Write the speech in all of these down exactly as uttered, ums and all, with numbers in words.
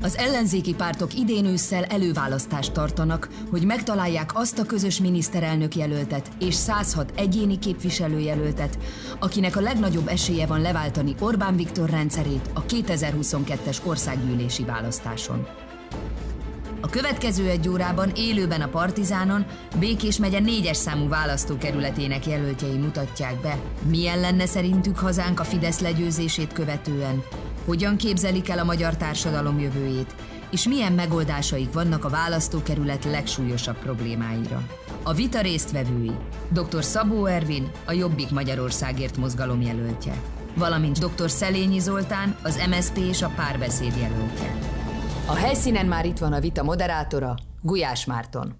Az ellenzéki pártok idén ősszel előválasztást tartanak, hogy megtalálják azt a közös miniszterelnök jelöltet és száz hat egyéni képviselőjelöltet, akinek a legnagyobb esélye van leváltani Orbán Viktor rendszerét a kétezer-huszonkettes országgyűlési választáson. A következő egy órában élőben a Partizánon Békés megye négyes számú választókerületének jelöltjei mutatják be, milyen lenne szerintük hazánk a Fidesz legyőzését követően, hogyan képzelik el a magyar társadalom jövőjét, és milyen megoldásaik vannak a választókerület legsúlyosabb problémáira. A vita résztvevői doktor Szabó Ervin, a Jobbik Magyarországért mozgalom jelöltje, valamint doktor Szelényi Zoltán, az em es zé pé és a Párbeszéd jelöltje. A helyszínen már itt van a vita moderátora, Gulyás Márton.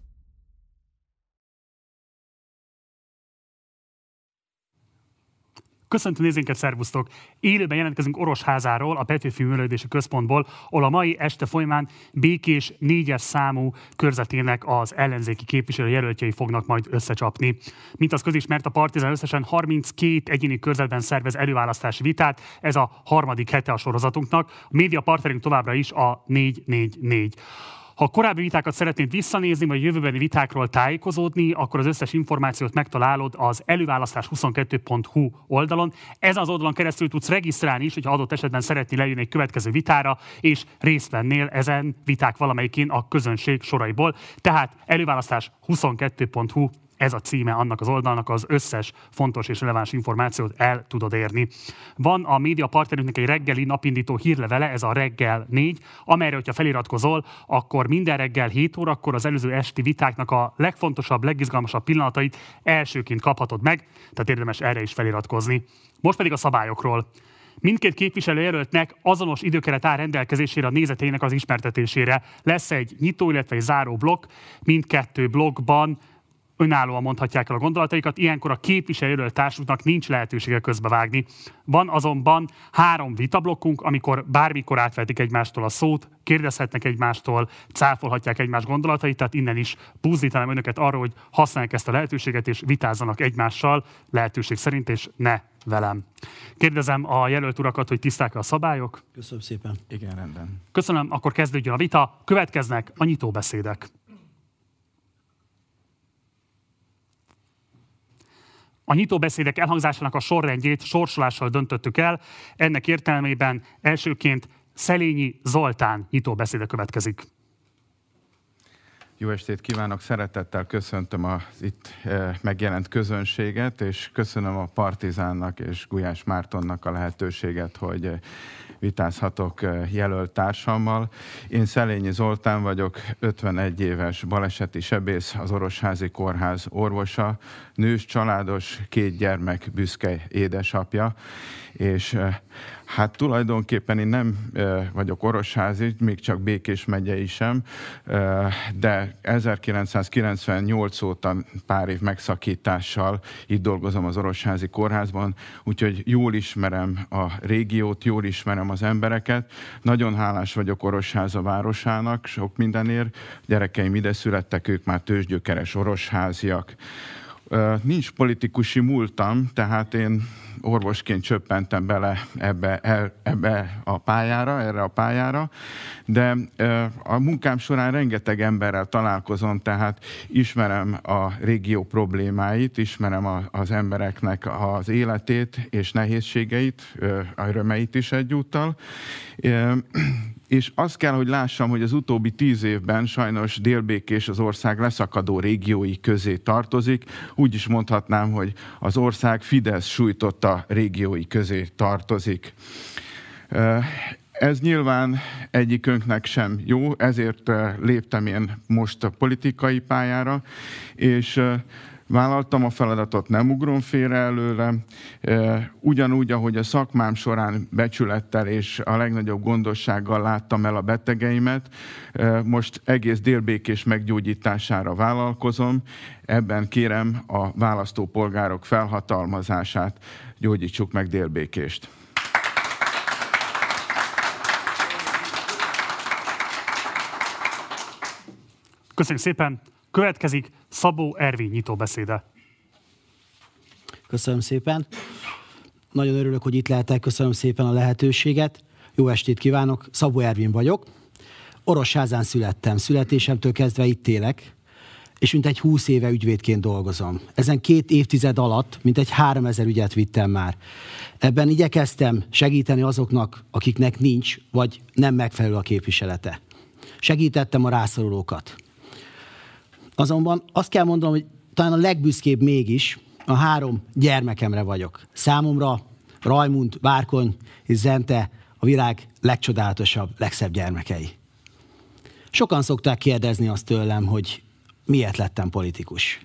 Köszöntöm nézőinket, szervusztok! Élőben jelentkezünk Orosházáról, a Petőfi Művelődési Központból, ahol a mai este folyamán Békés négyes számú körzetének az ellenzéki képviselő jelöltjei fognak majd összecsapni. Mint az közismert, a Partizán összesen harminckét egyéni körzetben szervez előválasztási vitát, ez a harmadik hete a sorozatunknak. A média partnerünk továbbra is a négy négy négy. Ha a korábbi vitákat szeretnéd visszanézni, vagy jövőbeni vitákról tájékozódni, akkor az összes információt megtalálod az előválasztás huszonkettő pont hu oldalon. Ezen az oldalon keresztül tudsz regisztrálni is, hogyha adott esetben szeretnél lejönni egy következő vitára, és részt vennél ezen viták valamelyikén a közönség soraiból. Tehát előválasztás huszonkettő pont hu. Ez a címe annak az oldalnak, az összes fontos és releváns információt el tudod érni. Van a média partnerünknek egy reggeli napindító hírlevele, ez a Reggel négy, amelyre, hogyha feliratkozol, akkor minden reggel hét órakor az előző esti vitáknak a legfontosabb, legizgalmasabb pillanatait elsőként kaphatod meg, tehát érdemes erre is feliratkozni. Most pedig a szabályokról. Mindkét képviselőjelöltnek azonos időkeret áll rendelkezésére a nézeteinek az ismertetésére. Lesz egy nyitó, illetve egy záró blokk, mindkettő blokkban önállóan mondhatják el a gondolataikat, ilyenkor a képviselőjelölt társuknak nincs lehetősége közbevágni. Van azonban három vitablokkunk, amikor bármikor átvehetik egymástól a szót, kérdezhetnek egymástól, cáfolhatják egymás gondolatait, tehát innen is buzdítanám önöket arra, hogy használják ezt a lehetőséget, és vitázzanak egymással lehetőség szerint, és ne velem. Kérdezem a jelölt urakat, hogy tiszták-e a szabályok? Köszönöm szépen. Igen, rendben. Köszönöm, akkor kezdődjön a vita. Következnek a nyitóbeszédek. A nyitóbeszédek elhangzásának a sorrendjét sorsolással döntöttük el. Ennek értelmében elsőként Szelényi Zoltán nyitóbeszéde következik. Jó estét kívánok! Szeretettel köszöntöm az itt megjelent közönséget, és köszönöm a Partizánnak és Gulyás Mártonnak a lehetőséget, hogy vitázhatok jelölt társammal. Én Szelényi Zoltán vagyok, ötvenegy éves baleseti sebész, az Orosházi Kórház orvosa, nős, családos, két gyermek büszke édesapja, és hát tulajdonképpen én nem vagyok orosházi, még csak Békés megyei sem, de ezerkilencszázkilencvennyolc óta pár év megszakítással itt dolgozom az Orosházi Kórházban, úgyhogy jól ismerem a régiót, jól ismerem az embereket. Nagyon hálás vagyok Orosháza városának sok mindenért. Gyerekeim ide születtek, ők már tőzsgyökeres orosháziak. Nincs politikusi múltam, tehát én orvosként csöppentem bele ebbe, ebbe a pályára, erre a pályára, de a munkám során rengeteg emberrel találkozom, tehát ismerem a régió problémáit, ismerem a, az embereknek az életét és nehézségeit, a örömeit is egyúttal. És azt kell, hogy lássam, hogy az utóbbi tíz évben sajnos Dél-Békés az ország leszakadó régiói közé tartozik. Úgy is mondhatnám, hogy az ország Fidesz sújtotta régiói közé tartozik. Ez nyilván egyikünknek sem jó, ezért léptem én most a politikai pályára, és vállaltam a feladatot, nem ugrom félre előle, ugyanúgy, ahogy a szakmám során becsülettel és a legnagyobb gondossággal láttam el a betegeimet, most egész Dél-Békés meggyógyítására vállalkozom, ebben kérem a választópolgárok felhatalmazását, gyógyítsuk meg Dél-Békést. Köszönjük szépen! Következik Szabó Ervin nyitóbeszéde. Köszönöm szépen. Nagyon örülök, hogy itt lehetek. Köszönöm szépen a lehetőséget. Jó estét kívánok. Szabó Ervin vagyok. Orosházán születtem, születésemtől kezdve itt élek, és mintegy húsz éve ügyvédként dolgozom. Ezen két évtized alatt mintegy háromezer ügyet vittem már. Ebben igyekeztem segíteni azoknak, akiknek nincs, vagy nem megfelelő a képviselete. Segítettem a rászorulókat. Azonban azt kell mondanom, hogy talán a legbüszkébb mégis a három gyermekemre vagyok. Számomra Rajmund, Várkony és Zente a világ legcsodálatosabb, legszebb gyermekei. Sokan szokták kérdezni azt tőlem, hogy miért lettem politikus.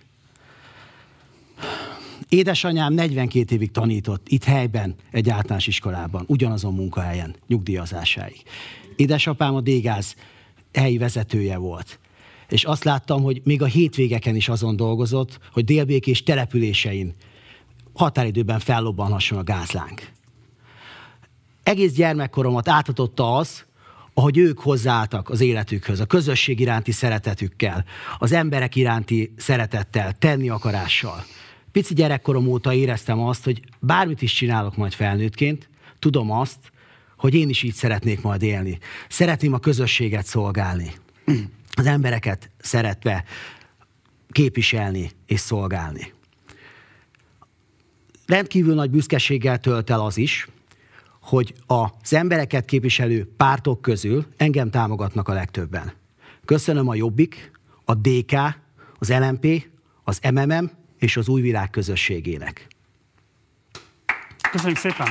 Édesanyám negyvenkét évig tanított itt helyben, egy általános iskolában, ugyanazon munkahelyen, nyugdíjazásáig. Édesapám a D-gáz helyi vezetője volt. És azt láttam, hogy még a hétvégeken is azon dolgozott, hogy délbékés településein határidőben fellobbanhasson a gázláng. Egész gyermekkoromat átadta az, ahogy ők hozzáálltak az életükhöz, a közösség iránti szeretetükkel, az emberek iránti szeretettel, tenni akarással. Pici gyerekkorom óta éreztem azt, hogy bármit is csinálok majd felnőttként, tudom azt, hogy én is így szeretnék majd élni. Szeretném a közösséget szolgálni. Az embereket szeretve képviselni és szolgálni. Rendkívül nagy büszkeséggel tölt el az is, hogy az embereket képviselő pártok közül engem támogatnak a legtöbben. Köszönöm a Jobbik, a dé ká, az el em pé, az em em em és az Új Világ közösségének. Köszönjük szépen!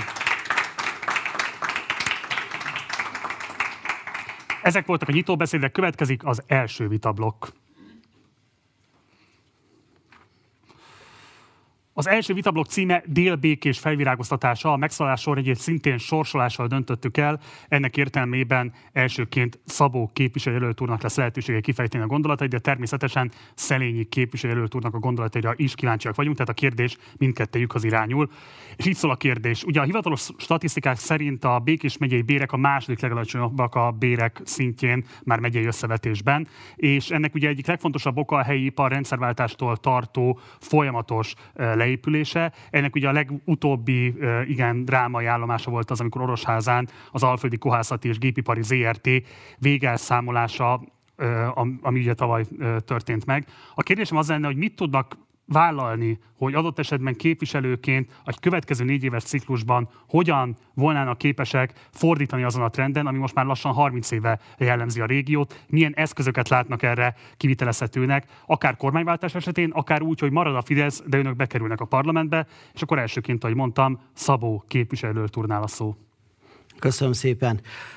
Ezek voltak a nyitóbeszédek, következik az első vitablokk. Az első vitablokk címe Délbékés felvirágoztatása. A megszólalás sorrendjét szintén sorsolással döntöttük el. Ennek értelmében elsőként Szabó képviselőjelölt úrnak lesz lehetősége kifejteni a gondolatait, de természetesen Szelényi képviselőjelölt úrnak a gondolataira is kíváncsiak vagyunk, tehát a kérdés mindkettőjükhöz irányul. És így szól a kérdés. Ugye a hivatalos statisztikák szerint a Békés megyei bérek a második legalacsonyabbak a bérek szintjén, már megyei összevetésben, és ennek ugye egyik legfontosabb oka a helyi ipar rendszerváltástól tartó folyamatos leépülése. Ennek ugye a legutóbbi igen drámai állomása volt az, amikor Orosházán az Alföldi Kohászati és Gépipari zé er té végelszámolása, ami ugye tavaly történt meg. A kérdésem az lenne, hogy mit tudnak vállalni, hogy adott esetben képviselőként a következő négy éves ciklusban hogyan volnának képesek fordítani azon a trenden, ami most már lassan harminc éve jellemzi a régiót, milyen eszközöket látnak erre kivitelezhetőnek, akár kormányváltás esetén, akár úgy, hogy marad a Fidesz, de önök bekerülnek a parlamentbe, és akkor elsőként, ahogy mondtam, Szabó képviselőjelölt úrnál a szó. Köszönöm szépen.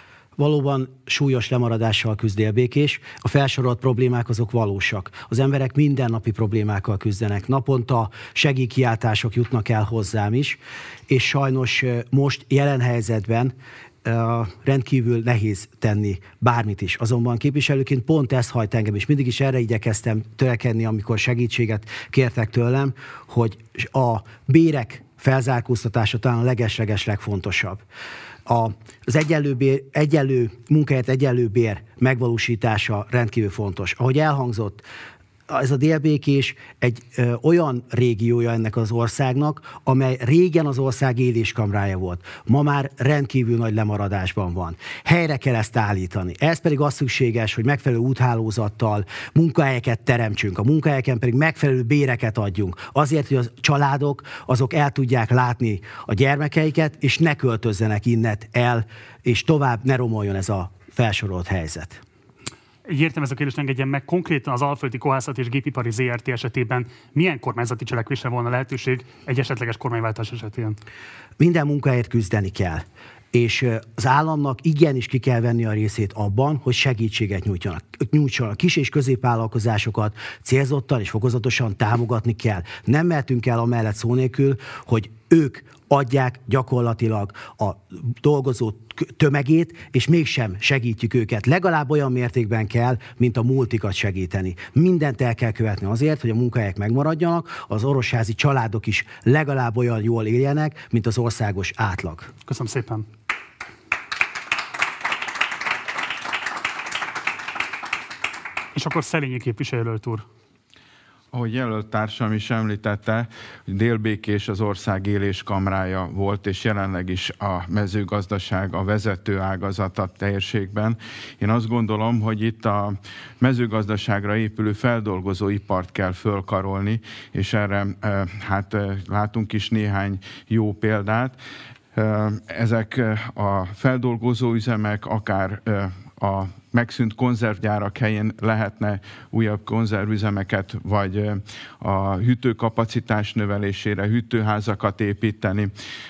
Valóban súlyos lemaradással küzd Délbékés. A felsorolt problémák azok valósak. Az emberek mindennapi problémákkal küzdenek. Naponta segélykiáltások jutnak el hozzám is, és sajnos most jelen helyzetben uh, rendkívül nehéz tenni bármit is. Azonban képviselőként pont ez hajt engem, és mindig is erre igyekeztem törekedni, amikor segítséget kértek tőlem, hogy a bérek felzárkóztatása talán a leges-leges legfontosabb. A, az egyenlő, bér, egyenlő munkahelyet, egyenlő bér megvalósítása rendkívül fontos. Ahogy elhangzott, ez a Délbékés egy ö, olyan régiója ennek az országnak, amely régen az ország éléskamrája volt. Ma már rendkívül nagy lemaradásban van. Helyre kell ezt állítani. Ez pedig az szükséges, hogy megfelelő úthálózattal munkahelyeket teremtsünk, a munkahelyeken pedig megfelelő béreket adjunk. Azért, hogy a családok azok el tudják látni a gyermekeiket, és ne költözzenek innet el, és tovább ne romoljon ez a felsorolt helyzet. Egy értelmező kérdést engedjen meg, konkrétan az Alföldi Kohászat és Gépipari zé er té esetében milyen kormányzati cselekvésre volna lehetőség egy esetleges kormányváltás esetén? Minden munkahelyet küzdeni kell, és az államnak igenis ki kell venni a részét abban, hogy segítséget nyújtsanak. nyújtsanak. A kis és középvállalkozásokat célzottan és fokozatosan támogatni kell. Nem mehetünk el amellett szó nélkül, hogy ők adják gyakorlatilag a dolgozó tömegét, és mégsem segítjük őket. Legalább olyan mértékben kell, mint a multikat segíteni. Mindent el kell követni azért, hogy a munkahelyek megmaradjanak, az orosházi családok is legalább olyan jól éljenek, mint az országos átlag. Köszönöm szépen. És akkor Szelényi képviselőjelölt úr. ahogy jelölttársam is említette, hogy Dél-Békés az ország éléskamrája volt, és jelenleg is a mezőgazdaság a vezető ágazat a térségben. Én azt gondolom, hogy itt a mezőgazdaságra épülő feldolgozóipart kell fölkarolni, és erre hát látunk is néhány jó példát. Ezek a feldolgozóüzemek akár a megszűnt konzervgyárak helyén lehetne újabb konzervüzemeket, vagy a hűtőkapacitás növelésére hűtőházakat építeni,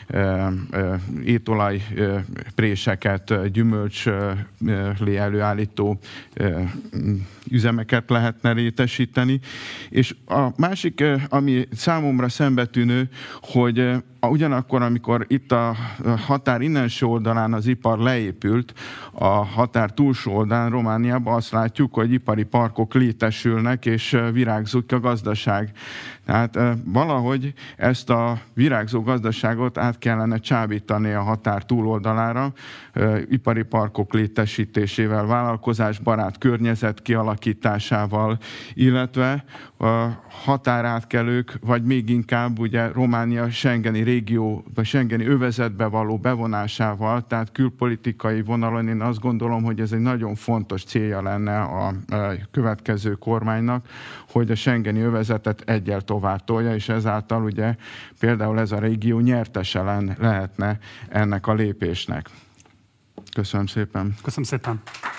étolajpréseket, gyümölcslé előállító üzemeket lehetne létesíteni. És a másik, ami számomra szembetűnő, hogy ugyanakkor, amikor itt a határ innenső oldalán az ipar leépült, a határ túlsó oldalán Romániában azt látjuk, hogy ipari parkok létesülnek, és virágzik a gazdaság. Tehát valahogy ezt a virágzó gazdaságot át kellene csábítani a határ túloldalára, ipari parkok létesítésével, vállalkozásbarát környezet kialakításával, illetve a határátkelők, vagy még inkább ugye Románia schengeni régió, vagy schengeni övezetbe való bevonásával, tehát külpolitikai vonalon én azt gondolom, hogy ez egy nagyon fontos célja lenne a következő kormánynak, hogy a schengeni övezetet egyel tovább tolja, és ezáltal ugye például ez a régió nyertese lehetne ennek a lépésnek. Köszönöm szépen. Köszönöm szépen.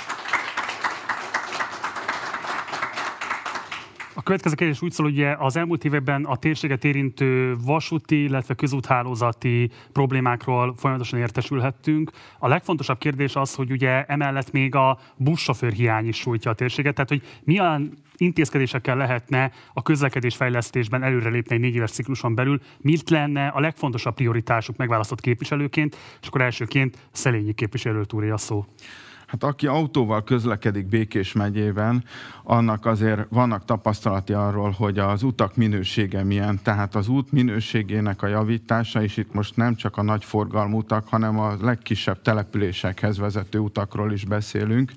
A következő kérdés úgy szól, hogy ugye az elmúlt években a térséget érintő vasúti, illetve közúthálózati problémákról folyamatosan értesülhettünk. A legfontosabb kérdés az, hogy ugye emellett még a buszsofőr hiány is sújtja a térséget, tehát hogy milyen intézkedésekkel lehetne a közlekedésfejlesztésben előrelépni egy négy éves cikluson belül, mit lenne a legfontosabb prioritásuk megválasztott képviselőként, és akkor elsőként Szelényi képviselőt úré a szó. Hát aki autóval közlekedik Békés megyében, annak azért vannak tapasztalati arról, hogy az utak minősége milyen, tehát az út minőségének a javítása, és itt most nem csak a nagy forgalmú utak, hanem a legkisebb településekhez vezető utakról is beszélünk,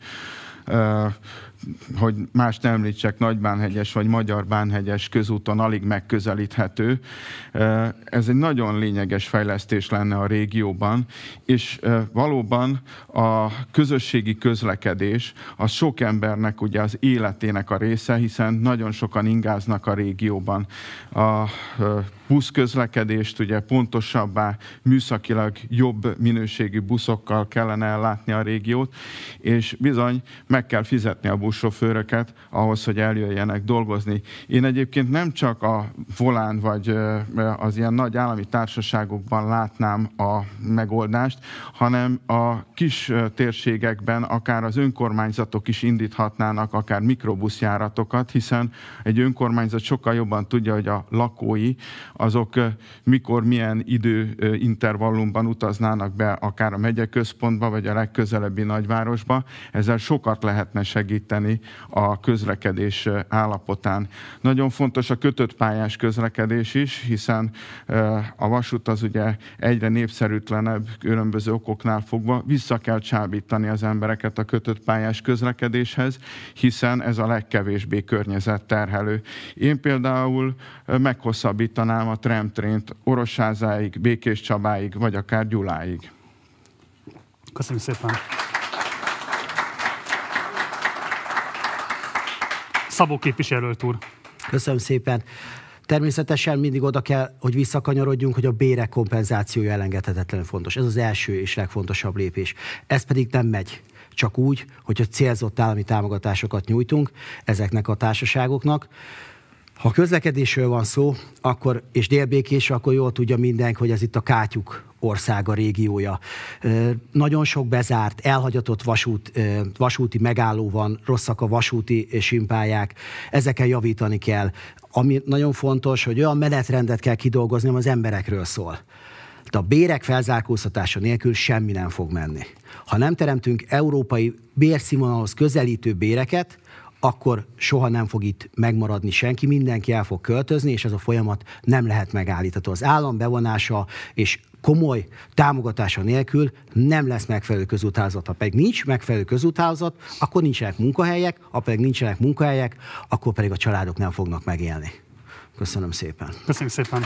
hogy mást nem említsek, Nagybánhegyes vagy Magyarbánhegyes közúton alig megközelíthető. Ez egy nagyon lényeges fejlesztés lenne a régióban, és valóban a közösségi közlekedés az sok embernek ugye az életének a része, hiszen nagyon sokan ingáznak a régióban. A buszközlekedést ugye pontosabbá, műszakilag jobb minőségű buszokkal kellene ellátni a régiót, és bizony meg kell fizetni a buszsofőröket ahhoz, hogy eljöjjenek dolgozni. Én egyébként nem csak a Volán vagy az ilyen nagy állami társaságokban látnám a megoldást, hanem a kis térségekben akár az önkormányzatok is indíthatnának akár mikrobuszjáratokat, hiszen egy önkormányzat sokkal jobban tudja, hogy a lakói azok mikor, milyen időintervallumban utaznának be akár a megyeközpontba, vagy a legközelebbi nagyvárosba. Ezzel sokat lehetne segíteni a közlekedés állapotán. Nagyon fontos a kötött pályás közlekedés is, hiszen a vasút az ugye egyre népszerűtlenebb különböző okoknál fogva. Vissza kell csábítani az embereket a kötött pályás közlekedéshez, hiszen ez a legkevésbé környezetterhelő. Én például meghosszabbítanám a tramtrént Orosházáig, Békéscsabáig, vagy akár Gyuláig. Köszönjük szépen! Szabó képviselőt úr. Köszönöm szépen. Természetesen mindig oda kell, hogy visszakanyarodjunk, hogy a bérek kompenzációja elengedhetetlenül fontos. Ez az első és legfontosabb lépés. Ez pedig nem megy csak úgy, hogyha célzott állami támogatásokat nyújtunk ezeknek a társaságoknak. Ha közlekedésről van szó, akkor, és Dél-Békés, akkor jól tudja mindenki, hogy ez itt a kátyuk országa, régiója. Nagyon sok bezárt, elhagyatott vasút, vasúti megálló van, rosszak a vasúti simpályák, ezeken javítani kell. Ami nagyon fontos, hogy olyan menetrendet kell kidolgozni, ami az emberekről szól. De a bérek felzárkóztatása nélkül semmi nem fog menni. Ha nem teremtünk európai bérszínvonalhoz közelítő béreket, akkor soha nem fog itt megmaradni senki, mindenki el fog költözni, és ez a folyamat nem lehet megállítható. Az állam bevonása és komoly támogatása nélkül nem lesz megfelelő közúthálózat. Ha pedig nincs megfelelő közúthálózat, akkor nincsenek munkahelyek, ha pedig nincsenek munkahelyek, akkor pedig a családok nem fognak megélni. Köszönöm szépen. Köszönjük szépen.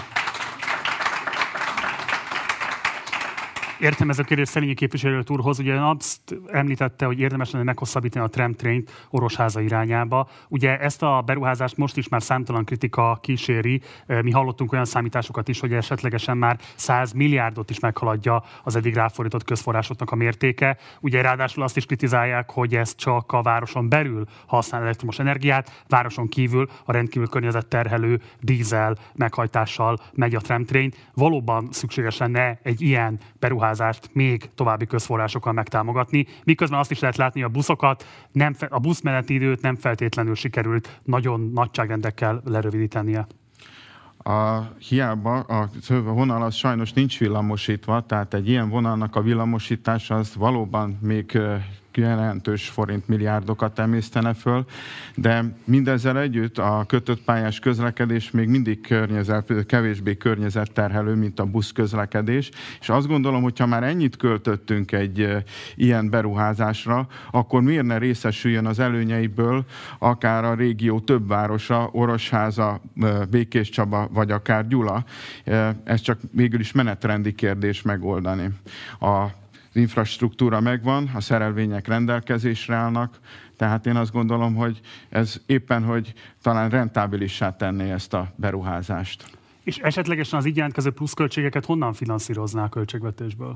Értem ez a kérdés Szelényi képviselő úrhoz. Ugye azt említette, hogy érdemes lenne meghosszabbítani a tramtraint Orosháza irányába. Ugye ezt a beruházást most is már számtalan kritika kíséri. Mi hallottunk olyan számításokat is, hogy esetlegesen már száz milliárdot is meghaladja az eddig ráfordított közforrásoknak a mértéke. Ugye ráadásul azt is kritizálják, hogy ez csak a városon belül használ elektromos energiát, városon kívül a rendkívül környezetterhelő dízel meghajtással megy a tramtrain. Valóban szükséges lenne egy ilyen beruházást még további közforrásokkal megtámogatni, miközben azt is lehet látni, hogy a buszokat, nem, a buszmeneti időt nem feltétlenül sikerült nagyon nagyságrendekkel lerövidítenie. A, hiába a vonal az sajnos nincs villamosítva, tehát egy ilyen vonalnak a villamosítása az valóban még jelentős forintmilliárdokat emésztene föl, de mindezzel együtt a kötött pályás közlekedés még mindig környezet, kevésbé környezetterhelő, mint a buszközlekedés, és azt gondolom, hogy ha már ennyit költöttünk egy ilyen beruházásra, akkor miért ne részesüljön az előnyeiből akár a régió több városa, Orosháza, Békéscsaba, vagy akár Gyula. Ez csak végül is menetrendi kérdés megoldani. A Az infrastruktúra megvan, a szerelvények rendelkezésre állnak, tehát én azt gondolom, hogy ez éppen, hogy talán rentábilissá tenné ezt a beruházást. És esetlegesen az így jelentkező pluszköltségeket honnan finanszírozná a költségvetésből?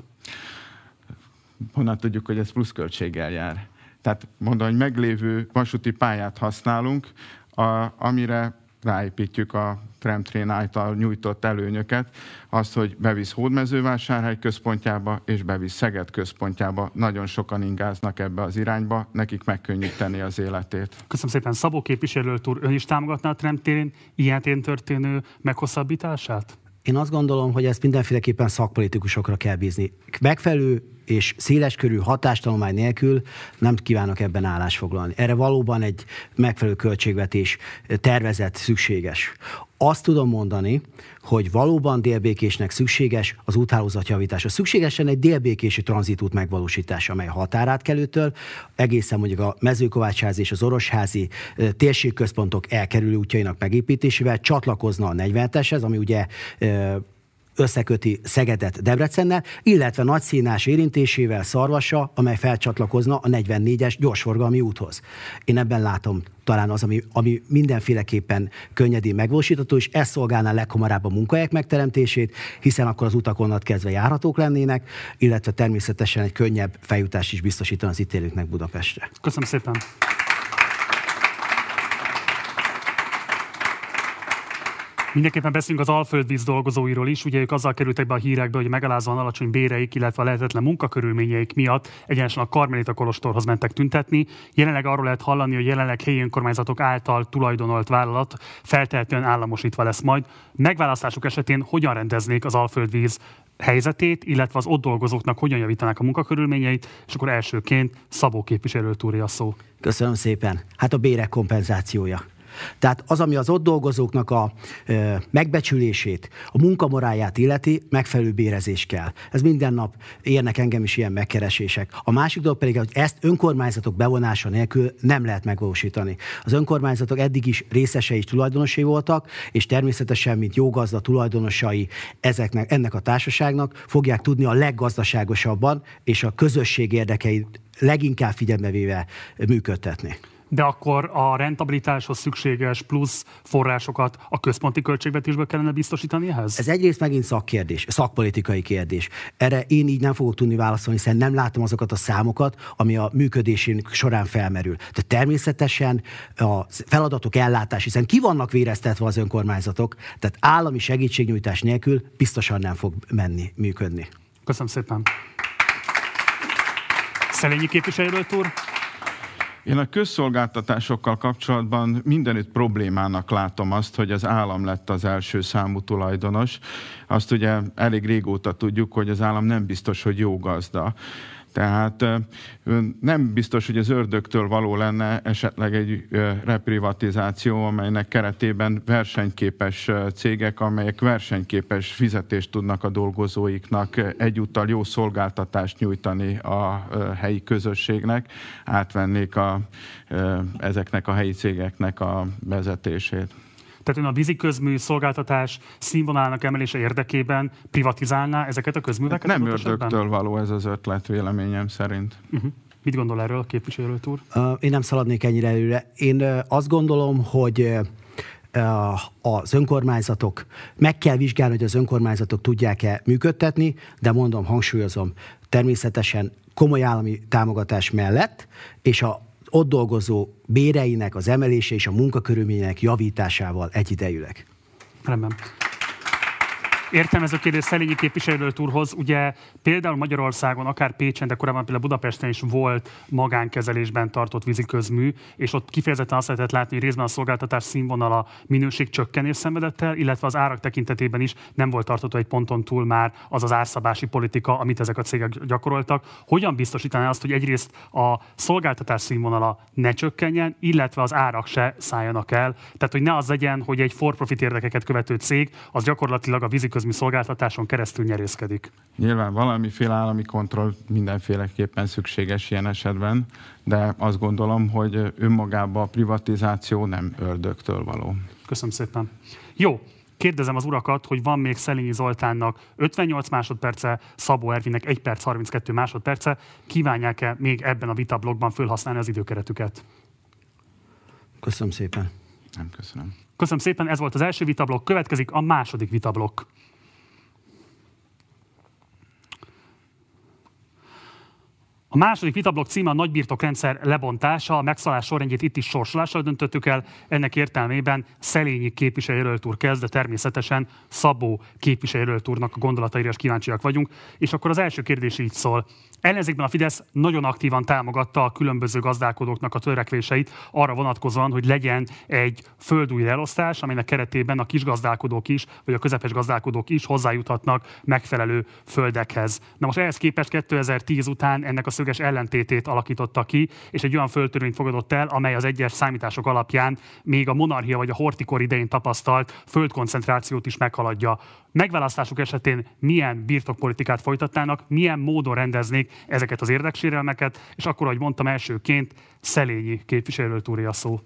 Honnan tudjuk, hogy ez pluszköltséggel jár? Tehát mondom, hogy meglévő vasúti pályát használunk, a, amire ráépítjük a tramtrain által nyújtott előnyöket, azt, hogy bevisz Hódmezővásárhely központjába, és bevisz Szeged központjába. Nagyon sokan ingáznak ebbe az irányba, nekik megkönnyíteni az életét. Köszönöm szépen. Szabó képviselőt úr, ön is támogatná a tramtrain ilyetén történő meghosszabbítását? Én azt gondolom, hogy ezt mindenféleképpen szakpolitikusokra kell bízni. Megfelelő és széleskörű hatástanulmány nélkül nem kívánok ebben állásfoglalni. Erre valóban egy megfelelő költségvetés tervezet szükséges. Azt tudom mondani, hogy valóban Délbékésnek szükséges az úthálózat javítása. Szükségesen egy délbékési tranzitút megvalósítása, amely határátkelőtől egészen mondjuk a Mezőkovácsházi és az Orosházi térségközpontok elkerülő útjainak megépítésével csatlakozna a negyvenheteshez, ami ugye összeköti Szegedet Debrecennel, illetve Nagyszínás érintésével Szarvassa, amely felcsatlakozna a negyvennégyes gyorsforgalmi úthoz. Én ebben látom talán az, ami, ami mindenféleképpen könnyedén megvalósítható, és ez szolgálná leghamarabb a munkahelyek megteremtését, hiszen akkor az utak onnat kezdve járhatók lennének, illetve természetesen egy könnyebb feljutást is biztosítani az itt élőknek Budapestre. Köszönöm szépen! Mindenképpen beszélünk az Alföldvíz dolgozóiról is, ugye ők azzal kerültek be a hírekbe, hogy megalázóan alacsony béreik, illetve a lehetetlen munkakörülményeik miatt egyenesen a Karmelita kolostorhoz mentek tüntetni. Jelenleg arról lehet hallani, hogy jelenleg helyi önkormányzatok által tulajdonolt vállalat feltehetően államosítva lesz majd. Megválasztásuk esetén hogyan rendeznék az Alföldvíz helyzetét, illetve az ott dolgozóknak hogyan javítanák a munkakörülményeit, és akkor elsőként Szabó képviselőt úrja a szó. Köszönöm szépen. Hát a bérek kompenzációja. Tehát az, ami az ott dolgozóknak a ö, megbecsülését, a munkamoráját illeti, megfelelő bérezés kell. Ez minden nap érnek engem is ilyen megkeresések. A másik dolog pedig, hogy ezt önkormányzatok bevonása nélkül nem lehet megvalósítani. Az önkormányzatok eddig is részesei és tulajdonosai voltak, és természetesen, mint jó gazda tulajdonosai ezeknek, ennek a társaságnak fogják tudni a leggazdaságosabban és a közösség érdekeit leginkább figyelembe véve működtetni. De akkor a rentabilitáshoz szükséges plusz forrásokat a központi költségvetésből kellene biztosítani ehhez? Ez egyrészt megint szakkérdés, szakpolitikai kérdés. Erre én így nem fogok tudni válaszolni, hiszen nem látom azokat a számokat, ami a működésünk során felmerül. De természetesen a feladatok ellátás, hiszen ki vannak véreztetve az önkormányzatok, tehát állami segítségnyújtás nélkül biztosan nem fog menni, működni. Köszönöm szépen. Szelényi képviselőt úr. Én a közszolgáltatásokkal kapcsolatban mindenütt problémának látom azt, hogy az állam lett az első számú tulajdonos. Azt ugye elég régóta tudjuk, hogy az állam nem biztos, hogy jó gazda. Tehát nem biztos, hogy az ördögtől való lenne esetleg egy reprivatizáció, amelynek keretében versenyképes cégek, amelyek versenyképes fizetést tudnak a dolgozóiknak egyúttal jó szolgáltatást nyújtani a helyi közösségnek, átvennék a, ezeknek a helyi cégeknek a vezetését. Tehát ön a víziközmű szolgáltatás színvonalának emelése érdekében privatizálná ezeket a közműveket? Nem ördögtől való ez az ötlet véleményem szerint. Uh-huh. Mit gondol erről, képviselő úr? Én nem szaladnék ennyire előre. Én azt gondolom, hogy az önkormányzatok, meg kell vizsgálni, hogy az önkormányzatok tudják-e működtetni, de mondom, hangsúlyozom, természetesen komoly állami támogatás mellett, és a ott dolgozó béreinek az emelése és a munkakörülmények javításával egyidejűleg. Rendben. Értelmező kérdés Szelényi képviselőt úrhoz. Ugye például Magyarországon, akár Pécsen, de korábban például Budapesten is volt magánkezelésben tartott víziközmű, és ott kifejezetten azt lehetett látni, hogy részben a szolgáltatás színvonala minőség csökkenés szenvedett el, illetve az árak tekintetében is nem volt tartható egy ponton túl már az az árszabási politika, amit ezek a cégek gyakoroltak. Hogyan biztosítaná azt, hogy egyrészt a szolgáltatás színvonala ne csökkenjen, illetve az árak se szálljanak el? Tehát, hogy ne az legyen, hogy egy for-profit érdekeket követő cég az gyakorlatilag a víziközmű szolgáltatáson keresztül nyerészkedik. Nyilván valamiféle állami kontroll mindenféleképpen szükséges ilyen esetben, de azt gondolom, hogy önmagában a privatizáció nem ördögtől való. Köszönöm szépen. Jó, kérdezem az urakat, hogy van még Szelényi Zoltánnak ötvennyolc másodperce, Szabó Ervinnek egy perc harminckettő másodperce. Kívánják-e még ebben a vitablogban felhasználni az időkeretüket? Köszönöm szépen. Nem köszönöm. Köszönöm szépen, ez volt az első vitablokk, következik a második vitablokk. A második vitablokk címe a nagybirtokrendszer lebontása, a megszállás sorrendjét itt is sorsolással döntöttük el, ennek értelmében Szelényi képviselőjelölt úr kezd, de természetesen Szabó képviselőjelölt úrnak a gondolataira is kíváncsiak vagyunk. És akkor az első kérdés így szól. Ellenzékben a Fidesz nagyon aktívan támogatta a különböző gazdálkodóknak a törekvéseit arra vonatkozóan, hogy legyen egy földújraelosztás, amelynek keretében a kisgazdálkodók is, vagy a közepes gazdálkodók is hozzájuthatnak megfelelő földekhez. Na most ehhez képest kétezer-tíz után ennek a szöges ellentétét alakította ki, és egy olyan földtörvényt fogadott el, amely az egyes számítások alapján még a monarchia vagy a hortikor idején tapasztalt földkoncentrációt is meghaladja. Megválasztásuk esetén milyen birtokpolitikát folytatnának, milyen módon rendeznék ezeket az érdeksérelmeket, és akkor, ahogy mondtam, elsőként Szelényi képviselőt úré a szó.